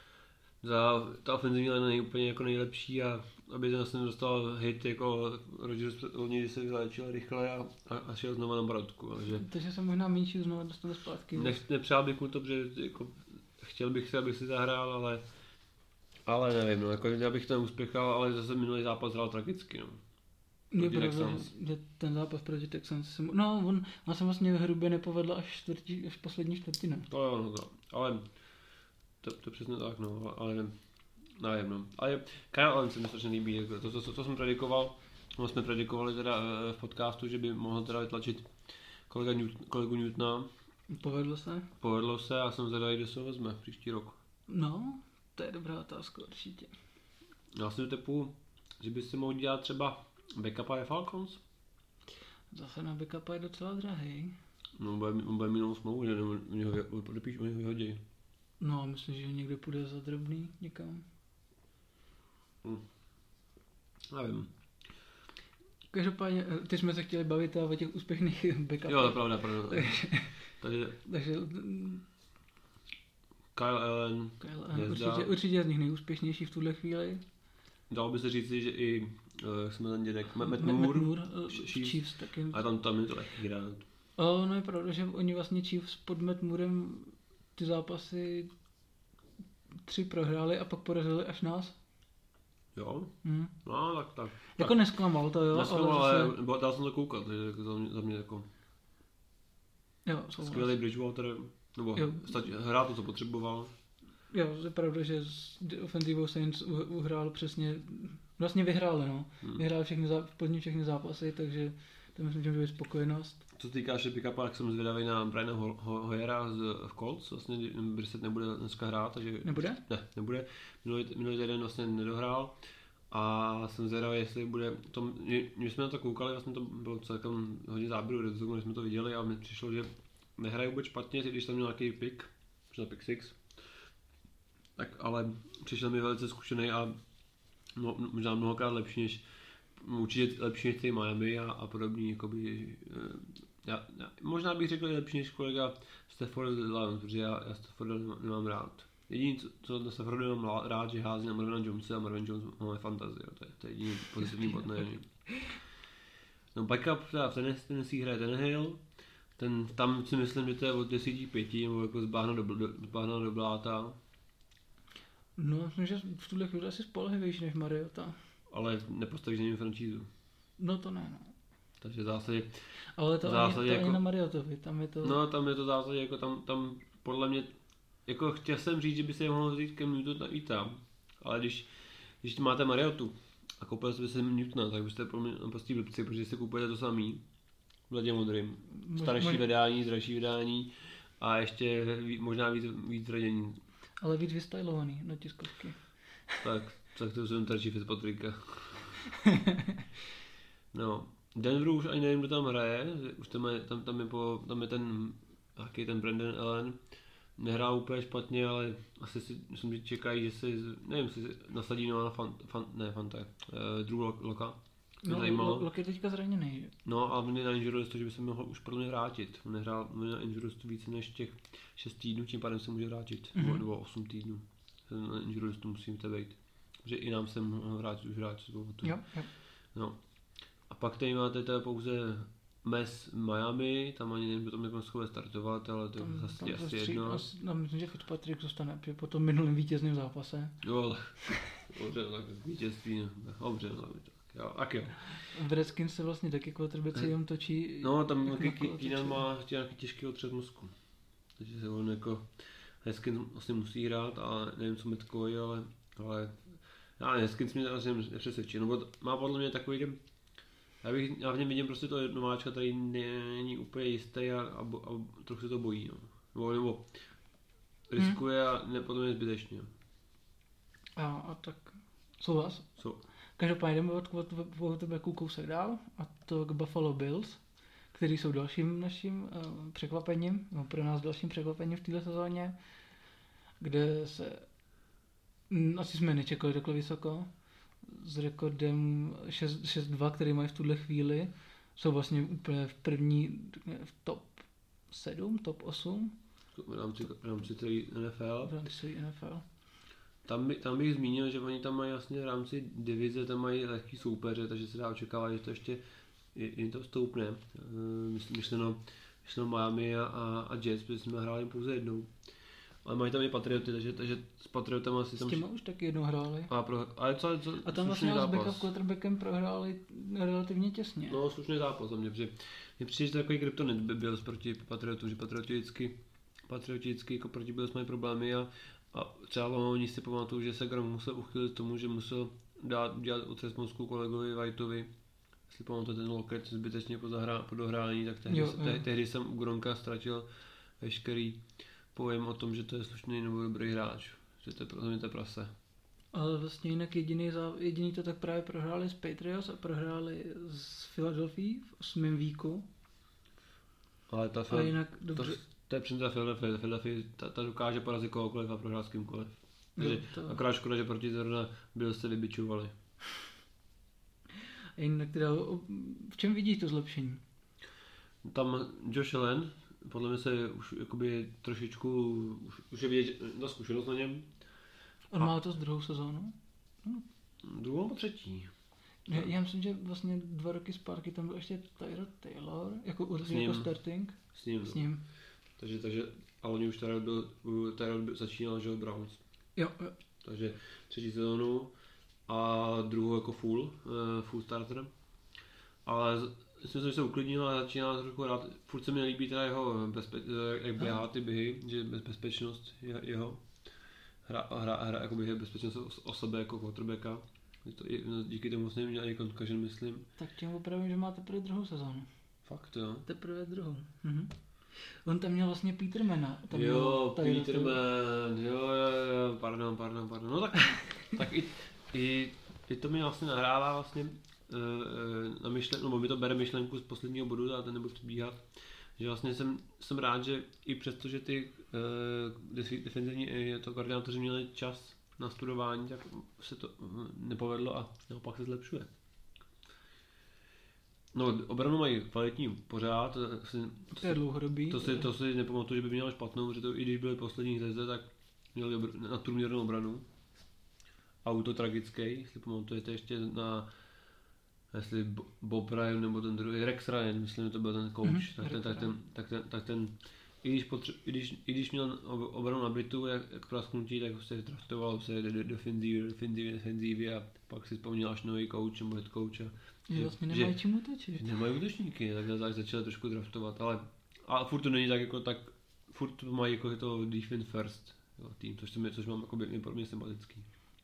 Za, ta ofenzivní léna není úplně jako nejlepší a aby ten vlastně dostal hit jako Rodgers, oni se vylečil rychle a, a, a šel znova na brotku. Takže, takže se možná menší znova dostane zpátky. Ne, nepřál bych mu to, protože jako, chtěl bych si, abych si zahrál, ale ale nevím, no, jako, já bych ten uspěchal, ale zase minulý zápas hrál tragicky, no. Je pravda, že ten zápas proti Texans se mu, no, on, on se vlastně hrubě nepovedl až, čtvrtí, až poslední čtvrtina. To jo, no to, ale to, to přesně tak, no, ale nevím, no. Ale Kyle Allen se mi strašně líbí, jako to, to, to, to jsem predikoval, no, jsme predikovali teda v podcastu, že by mohl teda vytlačit kolega Newt, kolegu Newtona. Povedlo se? Povedlo se a jsem zvedavý, kde se ho vezme příští rok. No, to je dobrá otázka určitě. Já si typu, že by si mohl dělat třeba backupa ve Falcons. Zase na backupa je docela drahý. No, on bude, on bude mít novou smlouvu, že oni ho podepíš, oni ho vyhodí. No a myslím, že někde půjde za drobný někam. Hm. Nevím. Každopádně, ty jsme se chtěli bavit o těch úspěšných backupech. Jo, to je pravda, pravda. Takže, takže Kyle Allen, Kyle Allen určitě, určitě z nich nejúspěšnější v tuhle chvíli. Dalo by se říci, že i, jak jsme ten dědek, Matt, Matt Matt Moore, Moore Chiefs, Chiefs taky. A tam, tam je to lehký hrát. O, no je pravda, že oni vlastně Chiefs pod Matt Moorem ty zápasy tři prohráli a pak porazili až nás. Jo? Hmm. No, tak, tak. Jako tak. nesklamal to, jo. Nesklamal, ale zase... dal jsem to koukat, takže za mě, za mě jako... Jo, skvělý Bridgewater, nebo stať, hrál to, co potřeboval. Jo, je pravda, že s ofenzivou Saints uhrál přesně, vlastně vyhráli, no. Hmm. Vyhrál všechny, plně všechny zápasy, takže to myslím, že je spokojenost. Co týká še pick-upa, tak jsem zvědavý na Briana Ho- Ho- Hoyera z v Colts, vlastně Brissett nebude dneska hrát, takže... Nebude? Ne, nebude. Minulý, minulý týden vlastně nedohrál a jsem zvědavý, jestli bude... To, když jsme na to koukali, vlastně to bylo celkem hodně záběrů, když jsme to viděli a mi přišlo, že nehraje vůbec špatně, když tam měl nějaký pick, možná pick six. Tak ale přišel mi velice zkušený a no, možná mnohokrát lepší než, určitě lepší než ty Miami a, a podobný, jakoby, já, já, možná bych řekl lepší než kolega Stafford Lions, protože já, já Stafforda nemám, nemám rád. Jediný, co, co na Stafforda nemám rád, že hází na Marvina Jonesa a Marvin Jones máme fantazii, to je, to je jediný pozitivní bod, nevím. No backup teda v Tennessee hraje Tannehill, ten, tam si myslím, že to je od deset pět, nebo jako zbáhna do, do, zbáhna do bláta. No, myslím, že v tuhle chvíli asi spolehlivější než Mariota. Ale nepostavíš na něm franšízu. No to ne, no. Takže v zásadě... Ale to, zásadě ani, to jako, ani na Mariotovi, tam je to... No, tam je to v zásadě, jako tam, tam podle mě... Jako chtěl jsem říct, že by se je mohlo říct Cam Newton i tam. Ale když, když máte Mariotu a koupili jste se Newtona, tak byste pro mě naprostý blbci, protože si kupujete to samý. V ledě modrým. Starší Mož... vydání, zdražší vydání a ještě ví, možná víc, víc radění. Ale víc vystylovaný na tiskovky. Tak, tak to jsem tarčí Fitzpatricka. No, Denveru už ani nevím, kdo tam hraje, už tam je, tam, tam je, po, tam je ten, jaký ten Brandon Allen, nehrál úplně špatně, ale asi si, myslím, že čekají, že si, nevím, si nasadí na fan, fan, ne, Fanta, uh, Drew Locka. No, Lock je teďka zraněný, že? No a mě na injury to, že by se mohl už pro mě vrátit. On nehrál na injury více než těch šest týdnů, tím pádem se může vrátit, mm-hmm. nebo osm týdnů. Na injury to musíte být. Protože i nám se mohl vrátit už vrátit. Jo, jo. No. A pak tady máte teda pouze Mess Miami, tam ani nevím, kdo tam jako schopné startovat, ale to je zase asi, asi jedno. Asi, no, myslím, že Fitzpatrick zůstane po tom minulém vítězném zápase. Jo, ale dobře, tak vítězství, no, dobře, no, jo, tak jo. V Redskins se vlastně taky quarterbacki jenom točí. No, tam Keenan má nějaký těžký otřes mozku. Takže se on jako Redskins asi musí hrát, ale nevím co Metkovi, ale, ale já ne, Redskins mě asi nepřesvědčí, no, má podle mě takový, že já, bych, já v něm vidím prostě to nováčka, který není úplně jistý a, a, a trochu se to bojí, no. Nebo, nebo riskuje hmm. a ne, potom je zbytečně. A, a tak souhlas. So. Každopádně jdeme od quarterbacku kousek dál a to k Buffalo Bills, který jsou dalším naším uh, překvapením, no, pro nás dalším překvapením v této sezóně, kde se m, asi jsme nečekali takhle vysoko, s rekordem šest dva, který mají v tuhle chvíli, jsou vlastně úplně v první, v top sedm, top osm. V rámci, v rámci celé N F L. V rámci celé N F L. Tam, by, tam bych zmínil, že oni tam mají vlastně v rámci divize, tam mají lehký soupeře, takže se dá očekávat, že to ještě jim to stoupne. Myslím, myšleno, myšleno Miami a, a Jets, protože jsme hráli pouze jednou. Ale mají tam i Patrioty, takže, takže s Patriotama asi tam... S těma už taky jednou hráli. A, pro, ale co, co, a tam vlastně s backup quarterbackem prohráli relativně těsně. No, slušný zápas za mě, protože mě přijde, že takový kryptonit by byl proti Patriotům, že Patrioti vždycky, Patrioti vždycky jako proti Bills mají problémy a, a třeba oni si pamatují, že se Grom musel uchylit tomu, že musel dát, dělat otřes mozku kolegovi Whiteovi. Jestli pamatujete ten loket zbytečně po, zahrá, po dohrání, tak tehdy, jo, te, tehdy jsem u Gronka ztratil veškerý pojem o tom, že to je slušný nebo dobrý hráč, že to je pro mě to prase. Ale vlastně jinak jediný, jediný to tak právě prohráli s Patriots a prohráli s Philadelphia v osmém víku. Ale ta a jinak to, to je přesně ta Philadelphia, Philadelphia ta, ta dokáže porazit kohokoliv a prohrát s kýmkoliv. Takže to... akorát škoda, že proti zrovna byl se vybičovali. A jinak teda, v čem vidíš to zlepšení? Tam Josh Allen, podle mě se už jakoby trošičku, už, už je vidět ta zkušenost na něm. On a má to z druhou sezónu? Hm. Druhou nebo třetí? Já, já myslím, že vlastně dva roky zpátky tam byl ještě Tyrod Taylor, jako, jako starting. S ním. S ním. Takže, takže, a oni už Tyrod byl, Tyrod byl, začínal, že Browns. Jo, jo. Takže třetí sezónu a druhou jako full, uh, full starter. Ale myslím, že se uklidnil a začínal trochu rád. Furt se mi nelíbí teda jeho, bezpe, jak běhá ty běhy, že bezpečnost jeho. Hra, hra, hra jakoby bezpečnost o sebe jako quarterbacka. Díky tomu jsem neměl ani concussion, myslím. Tak tím opravím, že má teprve druhou sezónu. Fakt jo? Teprve druhou. Mhm. On tam měl vlastně Petermana. Tam jo, Peterman, jo, jo, jo, pardon, pardon, pardon. No tak, tak i, i, i to mi vlastně nahrává vlastně uh, na myšlenku, nebo mi to bere myšlenku z posledního bodu, ale ten nebudu předbíhat. Že vlastně jsem, jsem rád, že i přesto, že ty uh, defenzivní to koordinátoři měli čas na studování, tak se to nepovedlo a naopak se zlepšuje. No, obranu mají kvalitní pořád. To, si, to, to je dlouhodobý. To si, to si nepamatuju, že by měl špatnou, protože to, i když byly poslední hvězdy, tak měli obr- nadprůměrnou obranu. Auto tragický, jestli pamatujete ještě na jestli Bob Ryan nebo ten druhý, Rex Ryan, myslím, že to byl ten coach, mm-hmm, tak, ten, tak, ten, tak, ten, tak ten, i když, potře- i když, i když měl obranu nabitou, jak, jak prasknutí, tak se draftoval se do defenzívy, defenzívy, defenzívy a pak si vzpomněl až nový coach nebo head coach. A, že vlastně nemají čím útočit. Nemají útočníky, tak, tak začali trošku draftovat, ale, ale furt to není tak jako tak, furt to mají jako to defense first jo, tým, což, mě, což mám jako by, pro mě sympatický.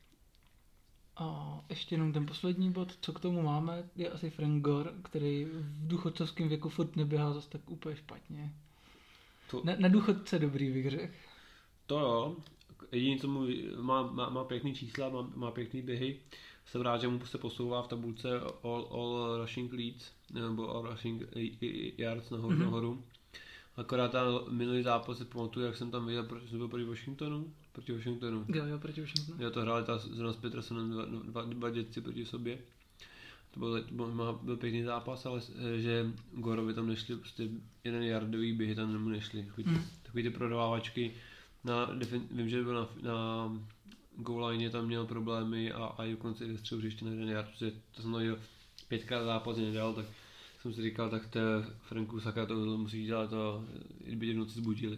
A ještě jenom ten poslední bod, co k tomu máme, je asi Frank Gore, který v důchodcovském věku furt neběhá zase tak úplně špatně. To... Na, na důchodce dobrý bych řekl. To jo, jediný, co mu má, má, má pěkný čísla, má, má pěkný běhy. Jsem rád, že mu se posouvá v tabulce all, all rushing leads, nebo all rushing yards nahoru, mm-hmm. nahoru. Akorát ten minulý zápas si pamatuju, jak jsem tam viděl, protože jsem byl proti Washingtonu. Proti Washingtonu. Jo, jo, proti Washingtonu. Jo, to hráli ta zrovna s Petersonem dva, dva, dva dětci proti sobě. To byl, to byl, byl pěkný zápas, ale že Gorovi tam nešli, prostě jeden yardový běhy tam nemu nešli. Takový, mm. takový ty prodávačky. Na, vím, že byl na, na goal line tam měl problémy a, a dokonce i ve střelu ještě na jeden yard, protože to jsem viděl pětkrát zápas nedal, tak jsem si říkal, tak to Franku Saka to musí dělat, to, kdyby v noci zbudili.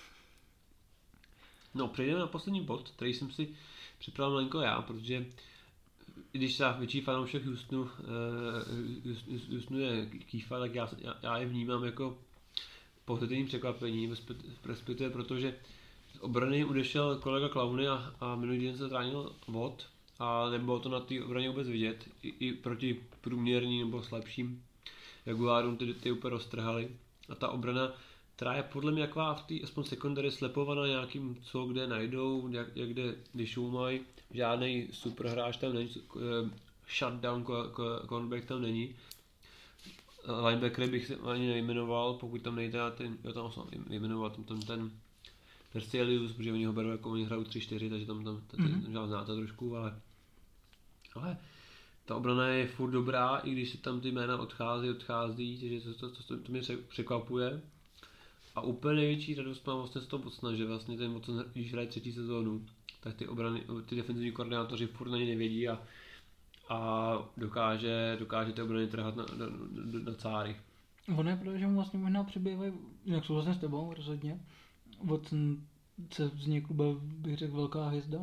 No, přejdeme na poslední bod, který jsem si připravil malinko já, protože i když se větší fanoušek Houstonu, uh, Houstonu je Kýfa, tak já, já, já je vnímám jako pozitivní překvapení, respektive protože z obrany odešel kolega Clowney a, a minulý den se zranil Watt a nebylo to na té obraně vůbec vidět, I, i proti průměrní nebo slabším Jaguárům ty, ty úplně roztrhali a ta obrana, která je podle mě taková v té aspoň secondary slepovaná nějakým co kde najdou, jak, jak kde vyšoumají, žádnej super hráč tam není, shutdown cornerback tam není. Linebackery bych se ani nejmenoval, pokud tam nejde ten, jo tam jsem jmenoval ten, ten, ten Perselius, protože oni ho berou jako oni hrajou tři čtyři, takže tam, tam, tam mm-hmm. znáte trošku, ale, ale ta obrana je furt dobrá, i když se tam ty jména odchází, odchází, takže to, to, to, to mě překvapuje. A úplně největší radost mám vlastně z toho Watsona, že vlastně ten Watson, když hraje třetí sezónu, tak ty obrany, ty defenzivní koordinátoři furt na ně nevědí a, a dokáže, dokáže ty obrany trhat na, na, na, na cáry. Ono je pravda, že mu vlastně možná přibývají, jinak souhlasím s tebou rozhodně, Watson se z něj kluba bych řekl velká hvězda.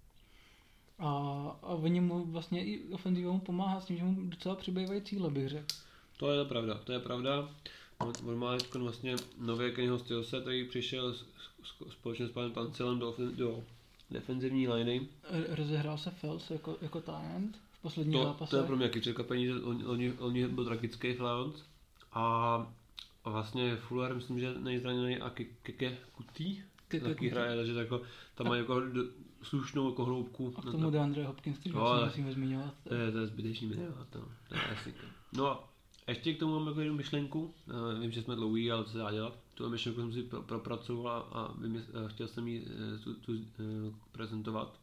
A, a oni mu vlastně i ofenzivou pomáhá s tím, že mu docela přibývají cíle, bych řekl. To je pravda, to je pravda. On má teď vlastně nově Kennyho Stillse, který přišel s, s, společně s panem Pancelem do, do defenzivní liney. Rozehrál se Fels jako, jako talent v poslední to, zápase. To je pro mě jaký překvapení, že on, on, on byl tragický Fels. A, a vlastně Fuller, myslím, že nejzraněný a Keke Kuti taky hraje, takže jako, tam má jako do, slušnou jako hloubku. A k tomu DeAndre Hopkins, který no, musíme zmiňovat. To je, to je zbytečný jmenovat, to, to je asi. No a ještě k tomu mám jako jednu myšlenku, uh, vím, že jsme dlouhý, ale co se dá dělat. Tu myšlenku jsem si pro, propracoval a vymysl, chtěl jsem ji uh, tu, tu, uh, prezentovat.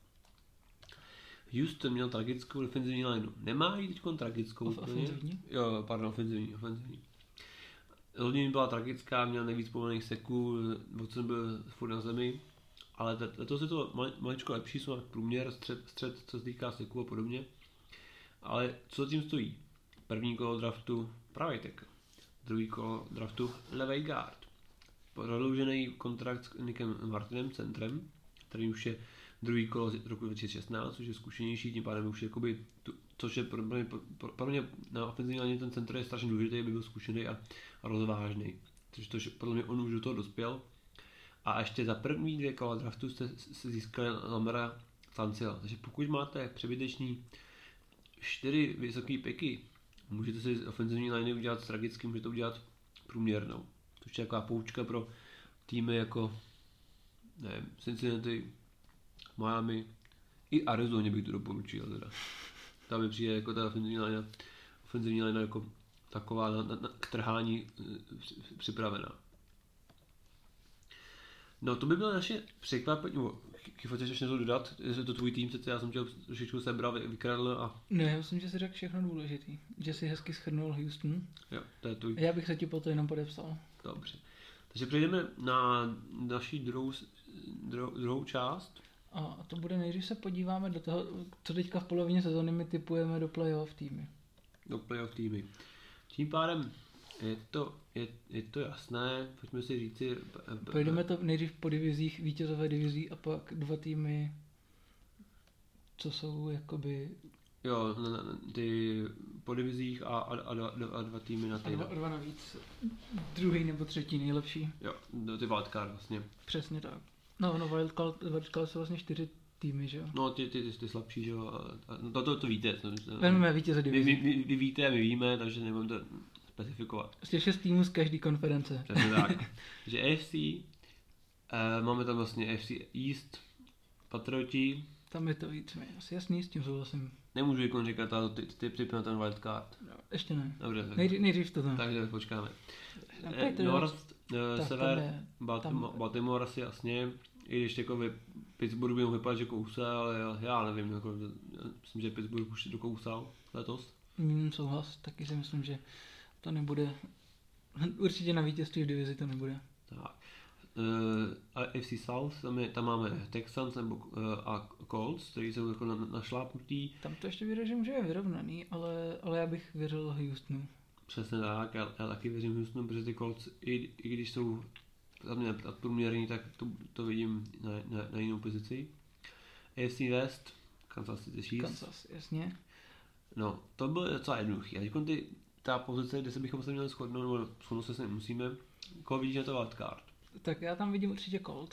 Houston měl tragickou defenzivní lineu. Nemá ji teď tragickou. Ofenzivní? Jo, pardon, ofenzivní, ofenzivní. Loni byla tragická, měl nejvíc povolených seků, Watson byl furt na zemi, ale letos je to mali, maličko lepší, jsou jak průměr, střed, střed, co se týká seků a podobně. Ale co tím stojí? První kolo draftu pravý tackle, druhý kolo draftu levý guard. Prodloužený kontrakt s Nickem Martinem, centrem, který už je druhý kolo z roku dva tisíce šestnáct, což je zkušenější, tím pádem už jakoby, tu, což je pro mě, pro, pro mě na ofenzivní lině ten center je strašně důležitý, aby byl zkušený a, a rozvážný. Což to, že podle mě on už do toho dospěl. A ještě za první dvě kola draftu jste se získali Lamara Tancila. Takže pokud máte přebyteční čtyři vysoké piky, můžete si ofenzivní liney udělat tragicky, můžete udělat průměrnou. Což je taková poučka pro týmy jako nevím, Cincinnati, Miami, i Arizoně bych to doporučil teda. Tam mi přijde jako ta ofenzivní linea, ofenzivní linea jako taková na, na, na, k trhání připravená. No to by bylo naše překvapení, Kifo, chceš ještě něco dodat? Je to tvůj tým, přece já jsem tě trošičku sebral, vykradl a... Ne, já myslím, že jsi řekl všechno důležitý. Že jsi hezky shrnul Houston. Jo, to je tvůj. Já bych se ti po to jenom podepsal. Dobře. Takže přejdeme na naší druhou, druhou, druhou část. A to bude nejdřív se podíváme do toho, co teďka v polovině sezóny my typujeme do playoff týmy. Do playoff týmy. Tím pádem je to, je, je to jasné, pojďme si říci... Pojdeme to nejdřív po divizích, vítězové divizí a pak dva týmy, co jsou jakoby... Jo, ty po divizích a, a, a, dva, a dva týmy na ty. A dva, dva navíc. Druhý nebo třetí nejlepší. Jo, ty wildcard vlastně. Přesně tak. No, no wildcard, wildcard jsou vlastně čtyři týmy, že jo? No, ty, ty, ty, ty slabší, že jo. To, to, to víte. Vezmeme vítěze divizí. Vy, vy, vy víte, my víme, takže nebudeme to specifikovat. Prostě šest týmů z každé konference. Přesně tak. Takže A F C, uh, máme tam vlastně A F C East, Patrioti. Tam je to víc, asi jasný, s tím souhlasím. Nemůžu jako říkat, ale ty, ty připy na ten wildcard. No, ještě ne. Dobře. Nejdřív, nejdřív to tam. Takže počkáme. Eh, North, uh, sever, Baltimore, Baltimore asi jasně. I když jako vy, Pittsburgh by mohl vypadat, že kousá, ale já, já nevím, jako, myslím, že Pittsburgh už dokousal letos. Mm, souhlas, taky si myslím, že to nebude, určitě na vítězství v divizi to nebude. Tak. Uh, A F C South, tam, je, tam máme Texans nebo, uh, a Colts, který jsou jako na, našlápnutý. Tam to ještě věřím, že je vyrovnaný, ale, ale já bych věřil Houstonu. Přesně tak, já, já taky věřím Houstonu, protože ty Colts, i, i když jsou za mě nadprůměrní, tak to, to vidím na, na, na jinou pozici. A F C West, Kansas City Chiefs. Kansas, jasně. No, to bylo docela jednoduchý. A teď ty, ta pozice, kde se bychom se měli shodnout, nebo shodnout se s nemusíme, koho vidíš na to wildcard? Tak já tam vidím určitě Colts.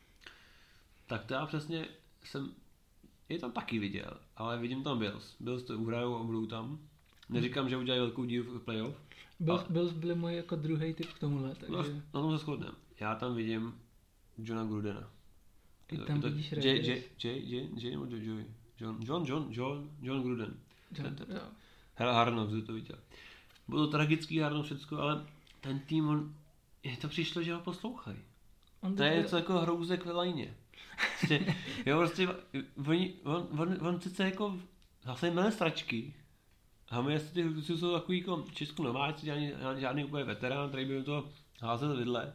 Tak to já přesně jsem, je tam taky viděl, ale vidím tam Bills. Bills to uhrajou a budou tam. Neříkám, že udělají velkou díl v playoff. Bills, ale... Bills byli můj jako druhý typ k tomuhle, takže... No, na tom se shodneme. Já tam vidím Johna Grudena. Ty tam to, vidíš J, J, J, J, J, nebo Joey? John, John, John, John, John Gruden. John, ten, ten, Hele, Harnov, to viděl. Bylo to tragický Harnov všecko, ale ten tým, on, je to přišlo, že ho poslouchají. On to je něco jako hrouzek ve lajně. Prostě, jo, prostě, on, on, on, on sice jako, zase jmenuje stračky, a my jestli ty hruci jsou takový jako českou nováčci, žádný, žádný úplně veterán, který by to házel vidle.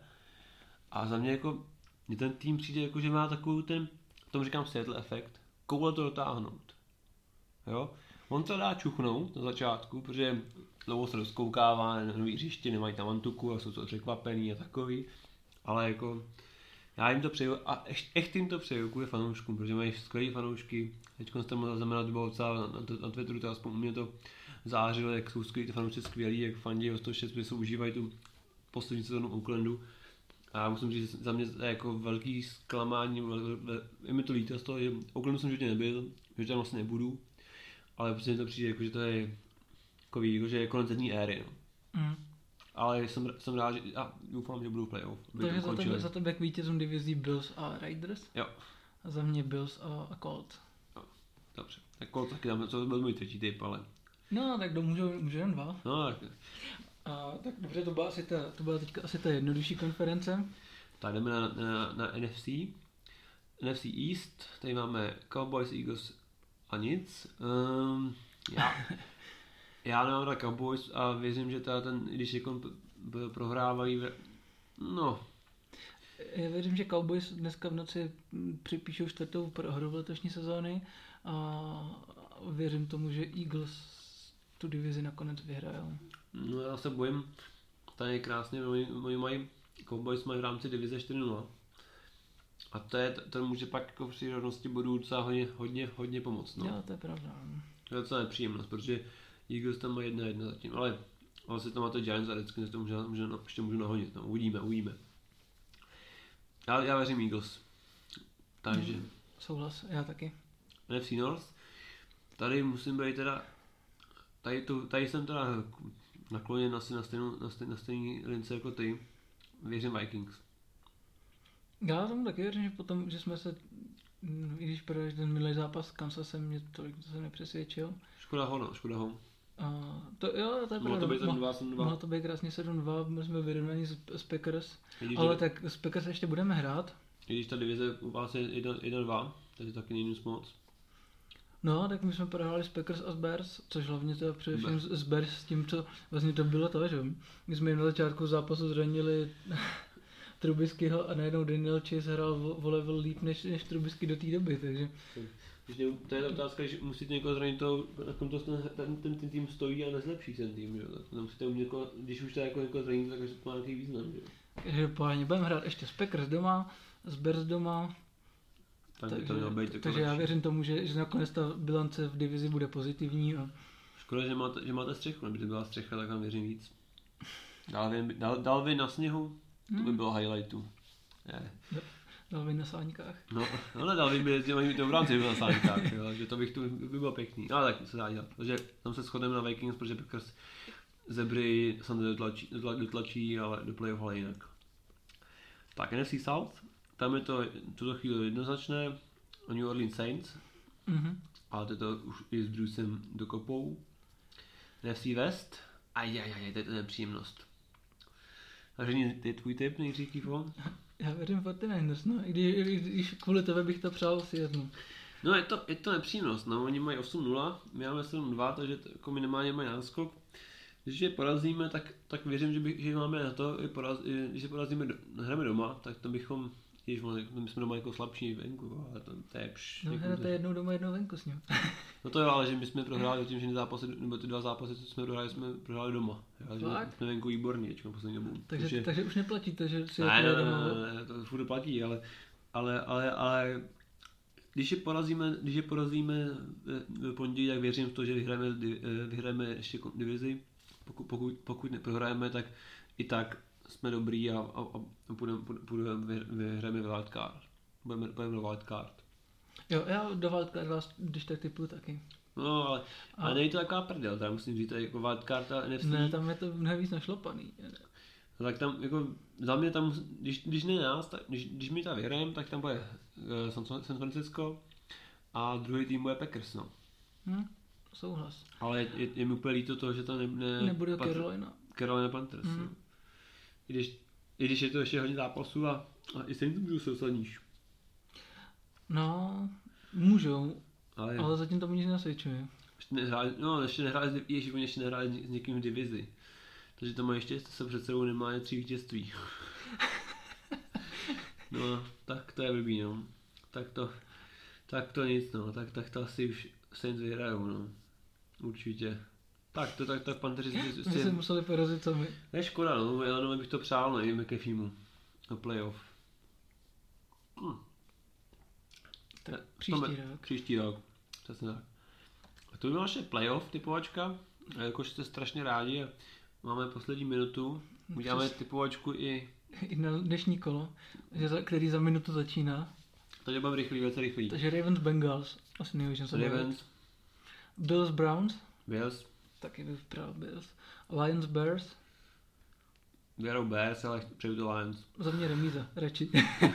A za mě jako, mě ten tým přijde jako, že má takovou ten, tomu říkám Seattle efekt, koule to dotáhnout. Jo? On to dá čuchnout na začátku, protože dlouho se rozkoukává na nový hřiště, nemají tam antuku a jsou to překvapený a takový. Ale jako, já jim to přeju a ještě, ještě jim to přeju kvůli fanouškům, protože mají skvělý fanoušky. Teď jsem tam zaznamenal, to bylo docela na, na, na Twitteru, to aspoň u mě to zářilo, jak jsou skvělí ty fanoušci skvělí, jak fandí o sto šest, protože užívají tu poslední sezónu Oaklandu. A já musím říct, za mě je jako velký zklamání, je mi to líto z toho, že Oaklandu jsem životě nebyl, že tam vlastně nebudu, ale prostě mi to přijde, jako, že to je takový, jako, že je konec jedné éry. No. Mm. Ale jsem, jsem rád, že, a doufám, že budou playoff. Takže za tebe, za tebe k vítězům divizí Bills a Raiders? Jo. A za mě Bills a, a Colts. Jo, dobře. Tak Colts taky tam, to byl můj třetí typ, ale... No, tak to můžu, můžu jen dva. No, tak... A, tak dobře, to byla, asi ta, to byla teďka asi ta jednodušší konference. Tak jdeme na, na, na N F C. N F C East, tady máme Cowboys, Eagles a nic. Um, já, já nemám na Cowboys a věřím, že ta, ten, když jako prohrávají, no. Já věřím, že Cowboys dneska v noci připíšou čtvrtou prohru v letošní sezóny a věřím tomu, že Eagles tu divizi nakonec vyhrajou. No já se bojím, tady krásně, oni mají, Cowboys mají v rámci divize čtyři nula. A to, je, to může pak jako při rovnosti bodů docela hodně, hodně, hodně pomoct. No. Jo, to je pravda. To je docela nepříjemnost, protože Eagles tam má jedna jedna zatím, ale vlastně tam má to Giants a Redskins, to může, může, no, ještě můžu nahodit, no, uvidíme, uvidíme. Já, já věřím Eagles. Takže. Mm, souhlas, já taky. N F C North. Tady musím být teda, tady, tu, tady jsem teda nakloněn asi na stejnou, na stejný, na stejný lince jako ty. Věřím Vikings. Já tomu taky věřím, že potom, že jsme se, i když prodáš ten minulý zápas s Kansasem, mě tolik to se nepřesvědčil. Škoda ho, no, škoda ho. A to, jo, to je mohlo to být dva sedm dva. Mohlo to být krásně sedm dva, my jsme vyrovnaní z, z Packers, vidíš, ale že... tak z Packers ještě budeme hrát. I když ta divize u vás je jedna dva, takže taky není nic moc. No, tak my jsme prohráli s Packers a s Bears, což hlavně teda především s Bears s tím, co vlastně to bylo to, že my jsme jim na začátku zápasu zranili Trubiskyho a najednou Daniel Chase hrál o level líp než, než Trubisky do té doby, takže... To je ta otázka, že musíte někoho zranit, to, na tom to ten, ten, ten, ten tým stojí a nezlepší ten tým, že? Tak musíte umět někoho, když už to jako někoho zranit, tak to má nějaký význam, že? Takže páně, budeme hrát ještě s Packers doma, s Bears doma, tak takže, to mělo být jako takže já věřím tomu, že, že nakonec ta bilance v divizi bude pozitivní. A... Škoda, že máte, že máte střechu, kdyby to byla střecha, tak vám věřím víc. Dalvin, dal, Dalvin na sněhu, to by bylo highlightu. Je. Dalvin na sáňkách. No, ale Dalvin by jezdil ani to v rámci na sáňkách, jo, že to bych tu by bylo pěkný. Ale tak se dá dělat, protože tam se shodneme na Vikings, protože Packers Zebry se dotlačí, dotlačí, ale do playoff ale jinak. Tak N F C South, tam je to tuto chvíli jednoznačné, New Orleans Saints, mm-hmm. ale to je to už i s Brucem dokopou. N F C West, ajajaj, to je to nepříjemnost. Takže je tvůj tip nejdřív, Kifo? Já věřím forty-niners, no, i když, i když kvůli tebe bych to přál si jednu. No je to, je to nepříjemnost, no, oni mají osm nula, my máme sedm dva, takže to, jako minimálně mají náskok. Když je porazíme, tak, tak věřím, že, by, že máme na to, i poraz, i, když je porazíme, do, hrajeme doma, tak to bychom, když my jsme doma jako slabší venku, ale to, to je pš. No hrajete jednou doma, jednou venku s ním. No to jo, ale že my jsme prohráli tím, že zápasy, nebo ty dva zápasy, co jsme prohráli, jsme prohráli doma. Já, jsme venku výborní, teďka poslední dobu. Takže, je... takže už neplatí to, že si ne, je ne, doma. Ne, ne, to furt platí, ale, ale, ale, ale když je porazíme, když je porazíme v pondělí, tak věřím v to, že vyhrajeme, vyhrajeme ještě divizi. Pokud, pokud, pokud neprohrajeme, tak i tak jsme dobrý a, a, a půjdeme, půjdeme, vyhrajeme wildcard. Budeme, budeme do wildcard. Jo, já do wildcard vás, když tak typuju taky. No, ale, a... ale není to taková prdel, teda musím říct, jako wildcard a N F C. Ne, tam je to mnohem víc našlopaný. No, tak tam, jako, za mě tam, když, když ne nás, tak, když, když my tam vyhrajeme, tak tam bude uh, San Francisco a druhý tým bude Packers, no. Hm, souhlas. Ale je, je mi úplně líto toho, že to ne, ne, nebude Pat- Carolina. Carolina Panthers, mm. no. I když, I když je to ještě hodně zápasů a, a i stejně to můžou se dostat níž. No, můžou, ale, ale, ale zatím tomu nic nesvědčuje. Ještě nehráli, no, ještě nehráli, ještě, ještě nehráli s někým v divizi. Takže to má ještě, se před sebou nemá tři vítězství. No, tak to je blbý, no. Tak to, tak to nic, no. Tak, tak to asi už Saints vyhrajou, no. Určitě. Tak to tak, tak Panthers... Vy si si museli porazit sami. Ne, škoda, no. Jelenovi bych to přál, nevím, McAfeemu. Na playoff. Hm. Tak příští Tome, rok. Příští rok. Přesně tak. A to by byla naše playoff typovačka. A jakož jste strašně rádi. Máme poslední minutu. Uděláme Přes... typovačku i... I na dnešní kolo, který za minutu začíná. Takže budeme rychlý, velice rychlý. Takže Ravens Bengals. Asi nevíš, co Ravens. Bills Browns. Bills. Taky bych bral Bills. Lions Bears. Berou Bears, ale přeju to Lions. Za mě remíza, radši.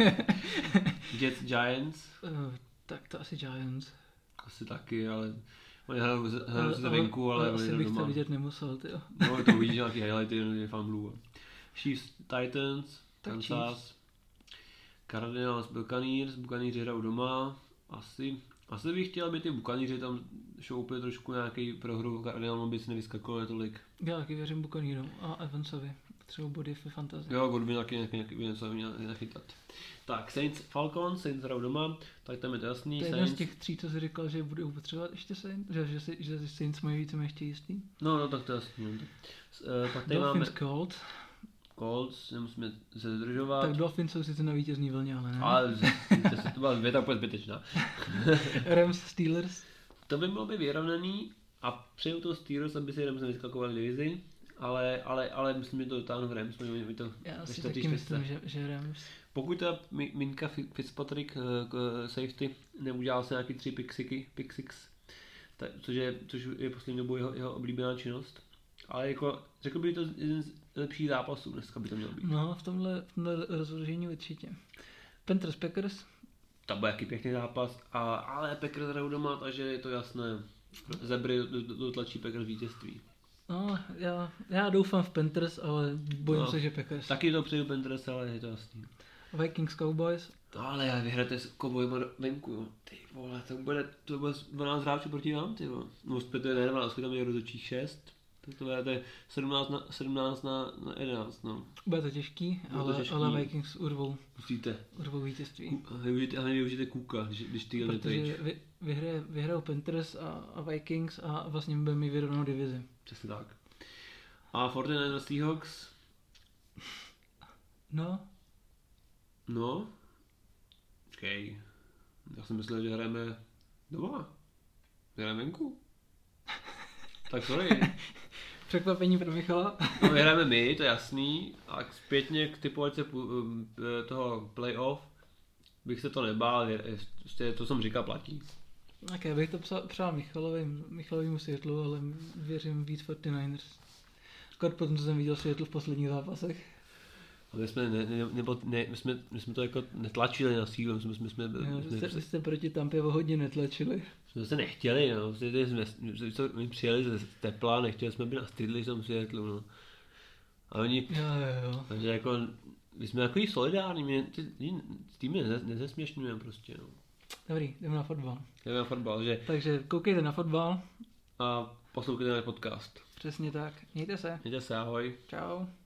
Jets Giants. Uh, tak to asi Giants. Asi taky, ale... Oni hrajou se venku, ale... ale asi bych doma. To vidět nemusel, tyjo. No, to uvidíš nějaký highlighty, je fanblů. Chiefs Titans, Kansas. Cardinals Buccaneers, Buccaneers hrajou doma. Asi... Asi bych chtěl, aby ty Buccaneers tam šoupili trošku nějaký prohru, Cardinals by si nevyskakovali tolik. Já taky věřím Buccaneerům a Evansovi. Třeba body v fantasy. Jo, Godwin taky nějaký, nějaký něco měl nachytat. Tak, Saints Falcons, Saints hrajou doma, tak tam je to jasný. To je jeden z těch tří, co jsi říkal, že budou potřebovat ještě Saints, že, že, že, že Saints mají více ještě jistý. No, no, tak to je jasný. Uh, pak tady Dolphins máme... Colts. Colts, nemusíme se zdržovat. Tak Dolphins jsou sice na vítězný vlně, ale ne. Ale to byla věta úplně zbytečná. Rams Steelers. To by bylo by vyrovnaný a přeju to Steelers, aby si Rams nevyskakovali divizi. Ale, ale, ale myslím, že to dotáhnu v Rams. My to, Já si taky myslím, že, že Rams. Pokud ta Minka Fitzpatrick uh, safety neudělal se nějaký tři pixiky, pixix, tak, což, je, což je poslední dobou jeho, jeho oblíbená činnost. Ale jako, řekl bych, to jeden z lepších zápasů dneska by to mělo být. No, v tomhle, v tomhle rozložení určitě. Panthers Packers. To bude jaký pěkný zápas, a, ale Packers hrajou doma, takže je to jasné. Zebry dotlačí Packers vítězství. No, já, já doufám v Panthers, ale bojím no, se, že Packers. Taky to přeju Panthers, ale je to jasný. Vikings Cowboys. No, ale já vyhrajete s Cowboyma venku, jo. Ty vole, to bude, to bude dvanáct hráčů proti vám, ty vole. No, to je ne dvanáct, tam je rozhodčích šest. To je sedmnáct na, sedmnáct na, na jedenáct, no. Bude to těžký, Bude ale, to těžký. ale Vikings urvou. Musíte. Urvou vítězství. Využijte, ale nevyužijte Kuka, když, když ty jde Protože vy, vyhraje, vyhrajou Panthers a, a Vikings a vlastně budeme mít vyrovnanou divizi. Přesně tak. A čtyřicet devět Seahawks? No. No. Počkej. Já jsem myslel, že hrajeme doma. Hrajeme venku. Tak sorry. Překvapení pro Michala. No, vyhrajeme my, to je jasný. A zpětně k typovačce toho playoff bych se to nebál, prostě to jsem říkal platí. Tak já bych to psal, přál Michalovi, Michalovému světlu, ale věřím víc čtyřicet devět. Skoro potom, co jsem viděl světlu v posledních zápasech. A my jsme, ne, ne, nebo ne, my jsme, my jsme to jako netlačili na sílu, my jsme, my jsme, Jo, my jste, jsme, jste proti Tampě o hodně netlačili. jsme se nechtěli, no. Jsme, jsme, my přijeli ze tepla, nechtěli jsme být na stydli v tom světlu, no. A oni, Jo, jo, jo. takže jako, my jsme takový solidární, my ty, s týmy nezesměšňujeme prostě, no. Dobrý, jdeme na fotbal. Jdeme na fotbal, že? Takže koukejte na fotbal. A poslouchejte náš podcast. Přesně tak. Mějte se. Mějte se, ahoj. Čau.